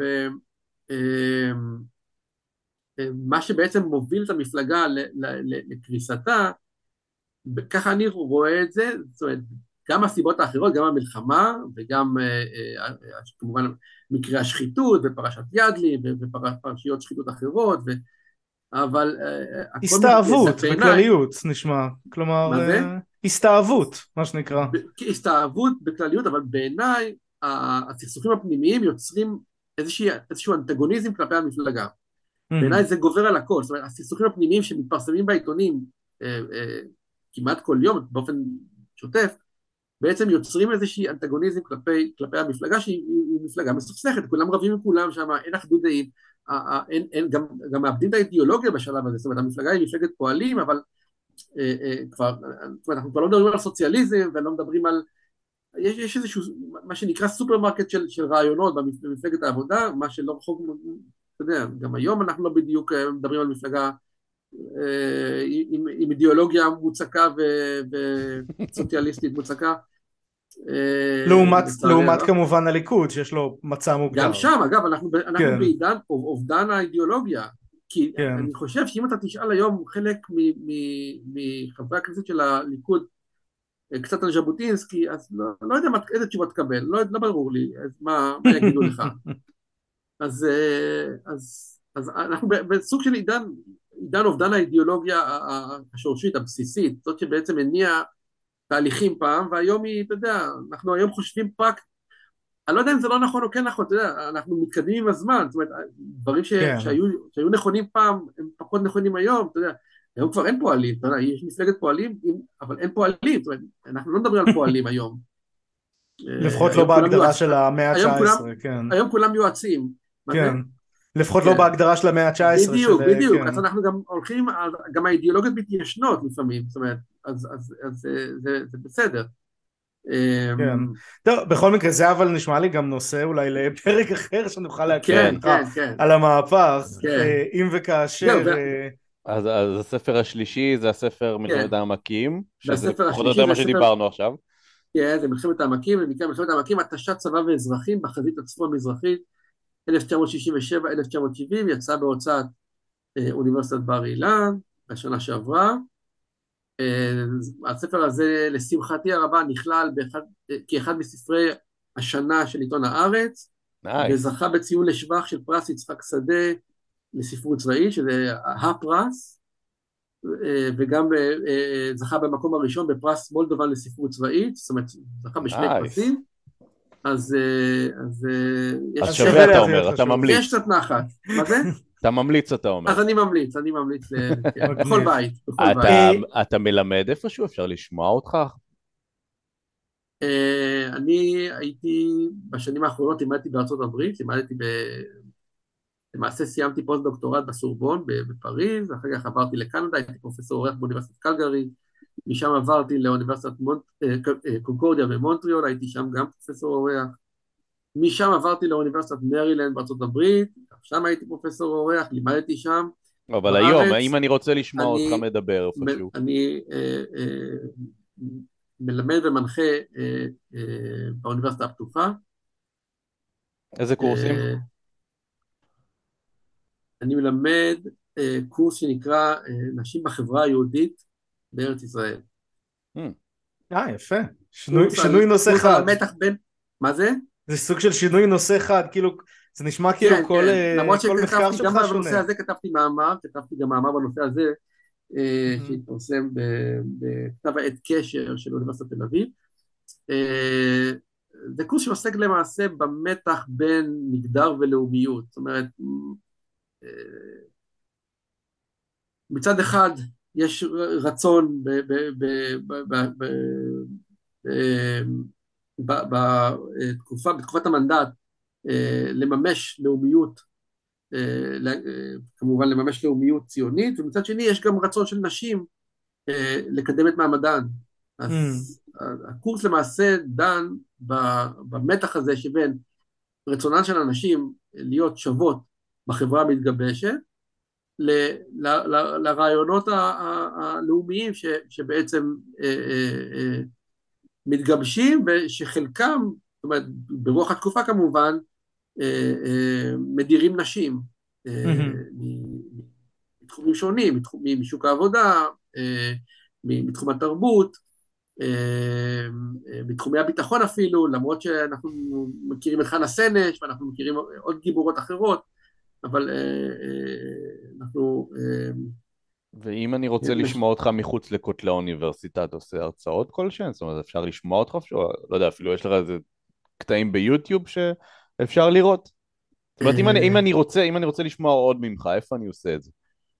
ומה שבעצם מוביל את המפלגה לקריסתה, ככה אני רואה את זה, זאת אומרת, גם הסיבות האחרות, גם המלחמה, וגם כמובן מקרי השחיתות, ופרשת ידלי, ופרשיות שחיתות אחרות, ו... אבל... הסתאבות, בכלליות, נשמע. כלומר, מה זה? הסתאבות, מה שנקרא. הסתאבות בכלליות, אבל בעיניי, הסכסוכים הפנימיים יוצרים איזשהו אנטגוניזם כלפי המפלגה. בעיניי זה גובר על הכל, זאת אומרת, הסכסוכים הפנימיים שמתפרסמים בעיתונים, כמעט כל יום, באופן שוטף, בעצם יוצרים איזושהי אנטגוניזם כלפי, כלפי המפלגה, שהיא מפלגה מסוכסכת, כולם רבים עם כולם שם, אין אחדות דעים, אין, אין, גם, גם מאבדים את האידיאולוגיה בשלב הזה, זאת אומרת, המפלגה היא מפלגת פועלים, אבל אה, אה, כבר, אנחנו כבר לא מדברים על סוציאליזם, ולא מדברים על, יש, יש איזשהו, מה שנקרא סופרמרקט של, של רעיונות במפלגת העבודה, מה שלא רחוק, אתה יודע, גם היום אנחנו לא בדיוק מדברים על מפלגה, עם, עם אידיאולוגיה מוצקה וסוציאליסטית מוצקה. לעומת, לעומת כמובן הליכוד, שיש לו מצע מוגדר. גם שם, אגב, אנחנו, אנחנו כן. בעידן אובדן האידיאולוגיה, כי כן. אני חושב שאם אתה תשאל היום חלק מחברי הכנסת של הליכוד, קצת על ז'בוטינסקי, אז לא, לא יודע איזה תשובה תקבל, לא, לא ברור לי, אז מה, מה יגידו לך? אז, אז, אז אנחנו בסוג של עידן, עידן אובדן האידיאולוגיה השורשית, הבסיסית, זאת שבעצם הניעה תהליכים פעם, והיום היא, אתה יודע, אנחנו היום חושבים פרקט, אני לא יודע אם זה לא נכון או כן נכון, אתה יודע, אנחנו מתקדמים עם הזמן, זאת אומרת, דברים ש, כן. שהיו, שהיו נכונים פעם, הם פחות נכונים היום, אתה יודע, היום כבר אין פועלים, אתה יודע, יש מפלגת פועלים, אבל אין פועלים, זאת אומרת, אנחנו לא מדברים על פועלים היום. לפחות לא בהגדרה של המאה ה-תשע עשרה, כן. היום כולם יועצים. כן. לפחות לא בהגדרה של המאה ה-תשע עשרה. בדיוק, בדיוק, אז אנחנו גם הולכים, גם האידיאולוגיות מתיישנות לפעמים, זאת אומרת, אז זה בסדר. כן. טוב, בכל מקרה זה אבל נשמע לי גם נושא אולי לפרק אחר שנוכל להקריא אותך על המהפך, אם וכאשר. אז הספר השלישי זה הספר מלחמת העמקים, שזה פחות או יותר מה שדיברנו עכשיו. כן, זה מלחמת העמקים, ומקרה מלחמת העמקים, התשת צבא ואזרחים בחזית הצפון מזרחית, אלף תשע מאות שישים ושבע עד אלף תשע מאות שבעים, יצא בהוצאת אוניברסיטת בר אילן, בשנה שעברה. הספר הזה, לשמחתי הרבה, נכלל באחד, כאחד מספרי השנה של עיתון הארץ, nice. וזכה בציון לשבח של פרס יצחק שדה לספרות צבאית, שזה הפרס, וגם זכה במקום הראשון בפרס מולדובן לספרות צבאית, זאת אומרת, זכה בשני nice. פרסים, אז, אז, אז שווה אתה אומר, אתה ממליץ. יש קצת נחת, מה זה? אתה ממליץ, אתה אומר. אז אני ממליץ, אני ממליץ בכל בית. אתה מלמד איפשהו? אפשר לשמוע אותך? אני הייתי, בשנים האחרונות לימדתי בארצות הברית, לימדתי ב... למעשה סיימתי פוסט דוקטורט בסורבון בפריז, אחר כך עברתי לקנדה, הייתי פרופסור אורח באוניברסיטת קלגרי, משם עברתי לאוניברסיטת קונקורדיה במונטריאול, הייתי שם גם פרופסור אורח, משם עברתי לאוניברסיטת מרילנד בארצות הברית, שם הייתי פרופסור אורח, לימדתי שם. אבל היום, האם אני רוצה לשמוע אותך מדבר איפשהו? אני מלמד ומנחה באוניברסיטה הפתוחה. איזה קורסים? אני מלמד קורס שנקרא נשים בחברה היהודית בארץ ישראל. אה, יפה. שינוי נושא חד. מה זה? זה סוג של שינוי נושא חד, כאילו, זה נשמע כאילו כל מחקר שלך שונה. בנושא הזה כתבתי מאמר, כתבתי גם מאמר בנושא הזה, שהתפרסם בכתב העת קשר של אוניברסיטת תל אביב. זה קורס שעוסק למעשה במתח בין מגדר ולאומיות, זאת אומרת, מצד אחד יש רצון בתקופה, בתקופת המנדט לממש לאומיות, כמובן לממש לאומיות ציונית, ומצד שני יש גם רצון של נשים לקדם את מעמדן. אז הקורס למעשה דן במתח הזה שבין רצונן של אנשים להיות שוות בחברה המתגבשת, לרעיונות הלאומיים שבעצם מתגבשים, ושחלקם, זאת אומרת, ברוח התקופה כמובן, מדירים נשים מתחומים שונים, משוק העבודה, מתחום התרבות, בתחומי הביטחון אפילו, למרות שאנחנו מכירים את חנה סנש, ואנחנו מכירים עוד גיבורות אחרות, אבל אנחנו... ואם אני רוצה לשמוע אותך מחוץ לכותלי האוניברסיטה, אתה עושה הרצאות כלשהן? זאת אומרת, אפשר לשמוע אותך? לא יודע, אפילו יש לך איזה קטעים ביוטיוב שאפשר לראות? זאת אומרת, אם אני רוצה, אם אני רוצה לשמוע עוד ממך, איפה אני עושה את זה?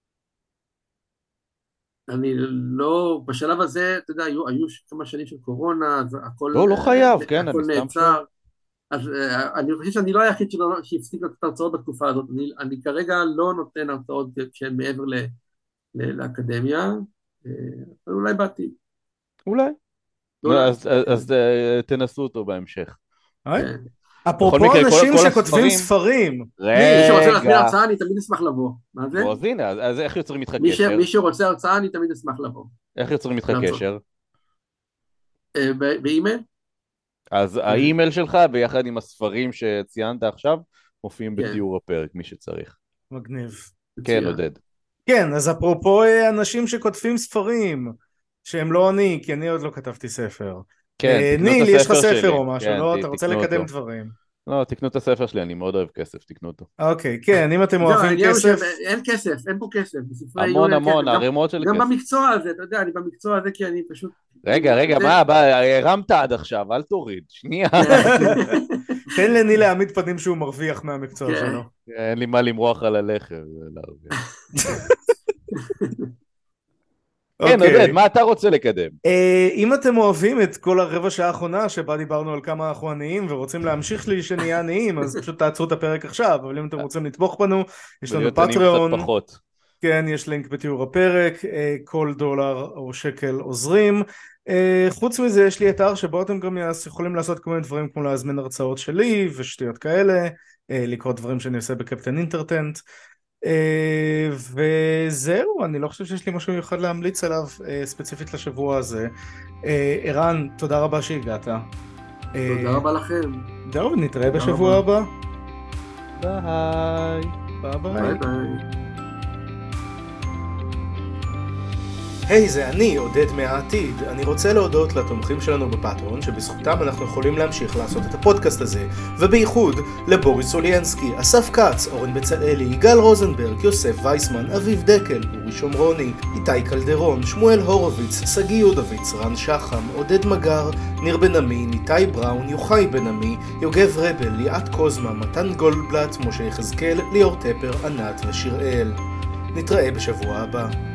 אני לא, בשלב הזה, אתה יודע, היו, היו כמה שנים של קורונה, אז הכל... לא, לא חייב, כן, הכל נעצר. אז אני חושב שאני לא היחיד שהפסיק לתת הרצאות בתקופה הזאת, אני, אני כרגע לא נותן הרצאות שהן מעבר ל, ל, לאקדמיה, אבל אולי בעתיד. אולי. אז, אז תנסו אותו בהמשך. אפרופו אנשים שכותבים ספרים. מי שרוצה להזמין הרצאה, אני תמיד אשמח לבוא. מה זה? אז הנה, אז איך יוצרים איתך קשר? מי שרוצה הרצאה, אני תמיד אשמח לבוא. איך יוצרים איתך קשר? באימייל? אז האימייל שלך ביחד עם הספרים שציינת עכשיו מופיעים בתיאור הפרק, מי שצריך. מגניב. כן, עודד. כן, אז אפרופו אנשים שכותבים ספרים, שהם לא אני, כי אני עוד לא כתבתי ספר. כן, תקנו את ניל, יש לך הספר ספר שלי. או משהו, כן, לא? ת- אתה רוצה תקנו לקדם אותו. דברים. לא, תקנו את הספר שלי, אני מאוד אוהב כסף, תקנו אותו. אוקיי, כן, אם אתם זהו, אוהבים העניין הוא כסף... שאין כסף, אין פה כסף. בספרי המון עיון אין המון, כסף. גם- ערימות של גם כסף. במקצוע הזה, אתה יודע, אני במקצוע הזה כי אני פשוט... רגע, רגע, זה- מה, בא, הרמת עד עכשיו, אל תוריד, שנייה. תן לניל להעמיד פנים שהוא מרוויח מהמקצוע כן. שלו. אין לי מה למרוח על הלחם. להרוויח. כן, אוקיי. עודד, מה אתה רוצה לקדם? אה, אם אתם אוהבים את כל הרבע שעה האחרונה שבה דיברנו על כמה אנחנו עניים ורוצים להמשיך לי שנהיה עניים, אז פשוט תעצרו את הפרק עכשיו, אבל אם אתם רוצים לתמוך בנו, יש לנו ולהיות עניים פטריון, קצת פחות. כן, יש לינק בתיאור הפרק, אה, כל דולר או שקל עוזרים. אה, חוץ מזה יש לי אתר שבו אתם גם יכולים לעשות כל מיני דברים כמו להזמין הרצאות שלי ושטויות כאלה, אה, לקרוא דברים שאני עושה בקפטן אינטרטנט. Uh, וזהו, אני לא חושב שיש לי משהו מיוחד להמליץ עליו uh, ספציפית לשבוע הזה. uh, ערן, תודה רבה שהגעת. תודה רבה לכם. זהו, נתראה בשבוע הבא. ביי. ביי ביי. ביי ביי. היי, hey, זה אני, עודד מהעתיד. אני רוצה להודות לתומכים שלנו בפטרון, שבזכותם אנחנו יכולים להמשיך לעשות את הפודקאסט הזה, ובייחוד לבוריס סוליינסקי, אסף קץ, אורן בצלאלי, יגאל רוזנברג, יוסף וייסמן, אביב דקל, אורי שומרוני, איתי קלדרון, שמואל הורוביץ, סגי יודוביץ, רן שחם, עודד מגר, ניר בן עמי, ניתי בראון, יוחאי בן עמי, יוגב רבל, ליאת קוזמה, מתן גולדבלט, משה יחזקאל, ליאור טפר, ענת ושיראל. נתראה בשבוע הבא.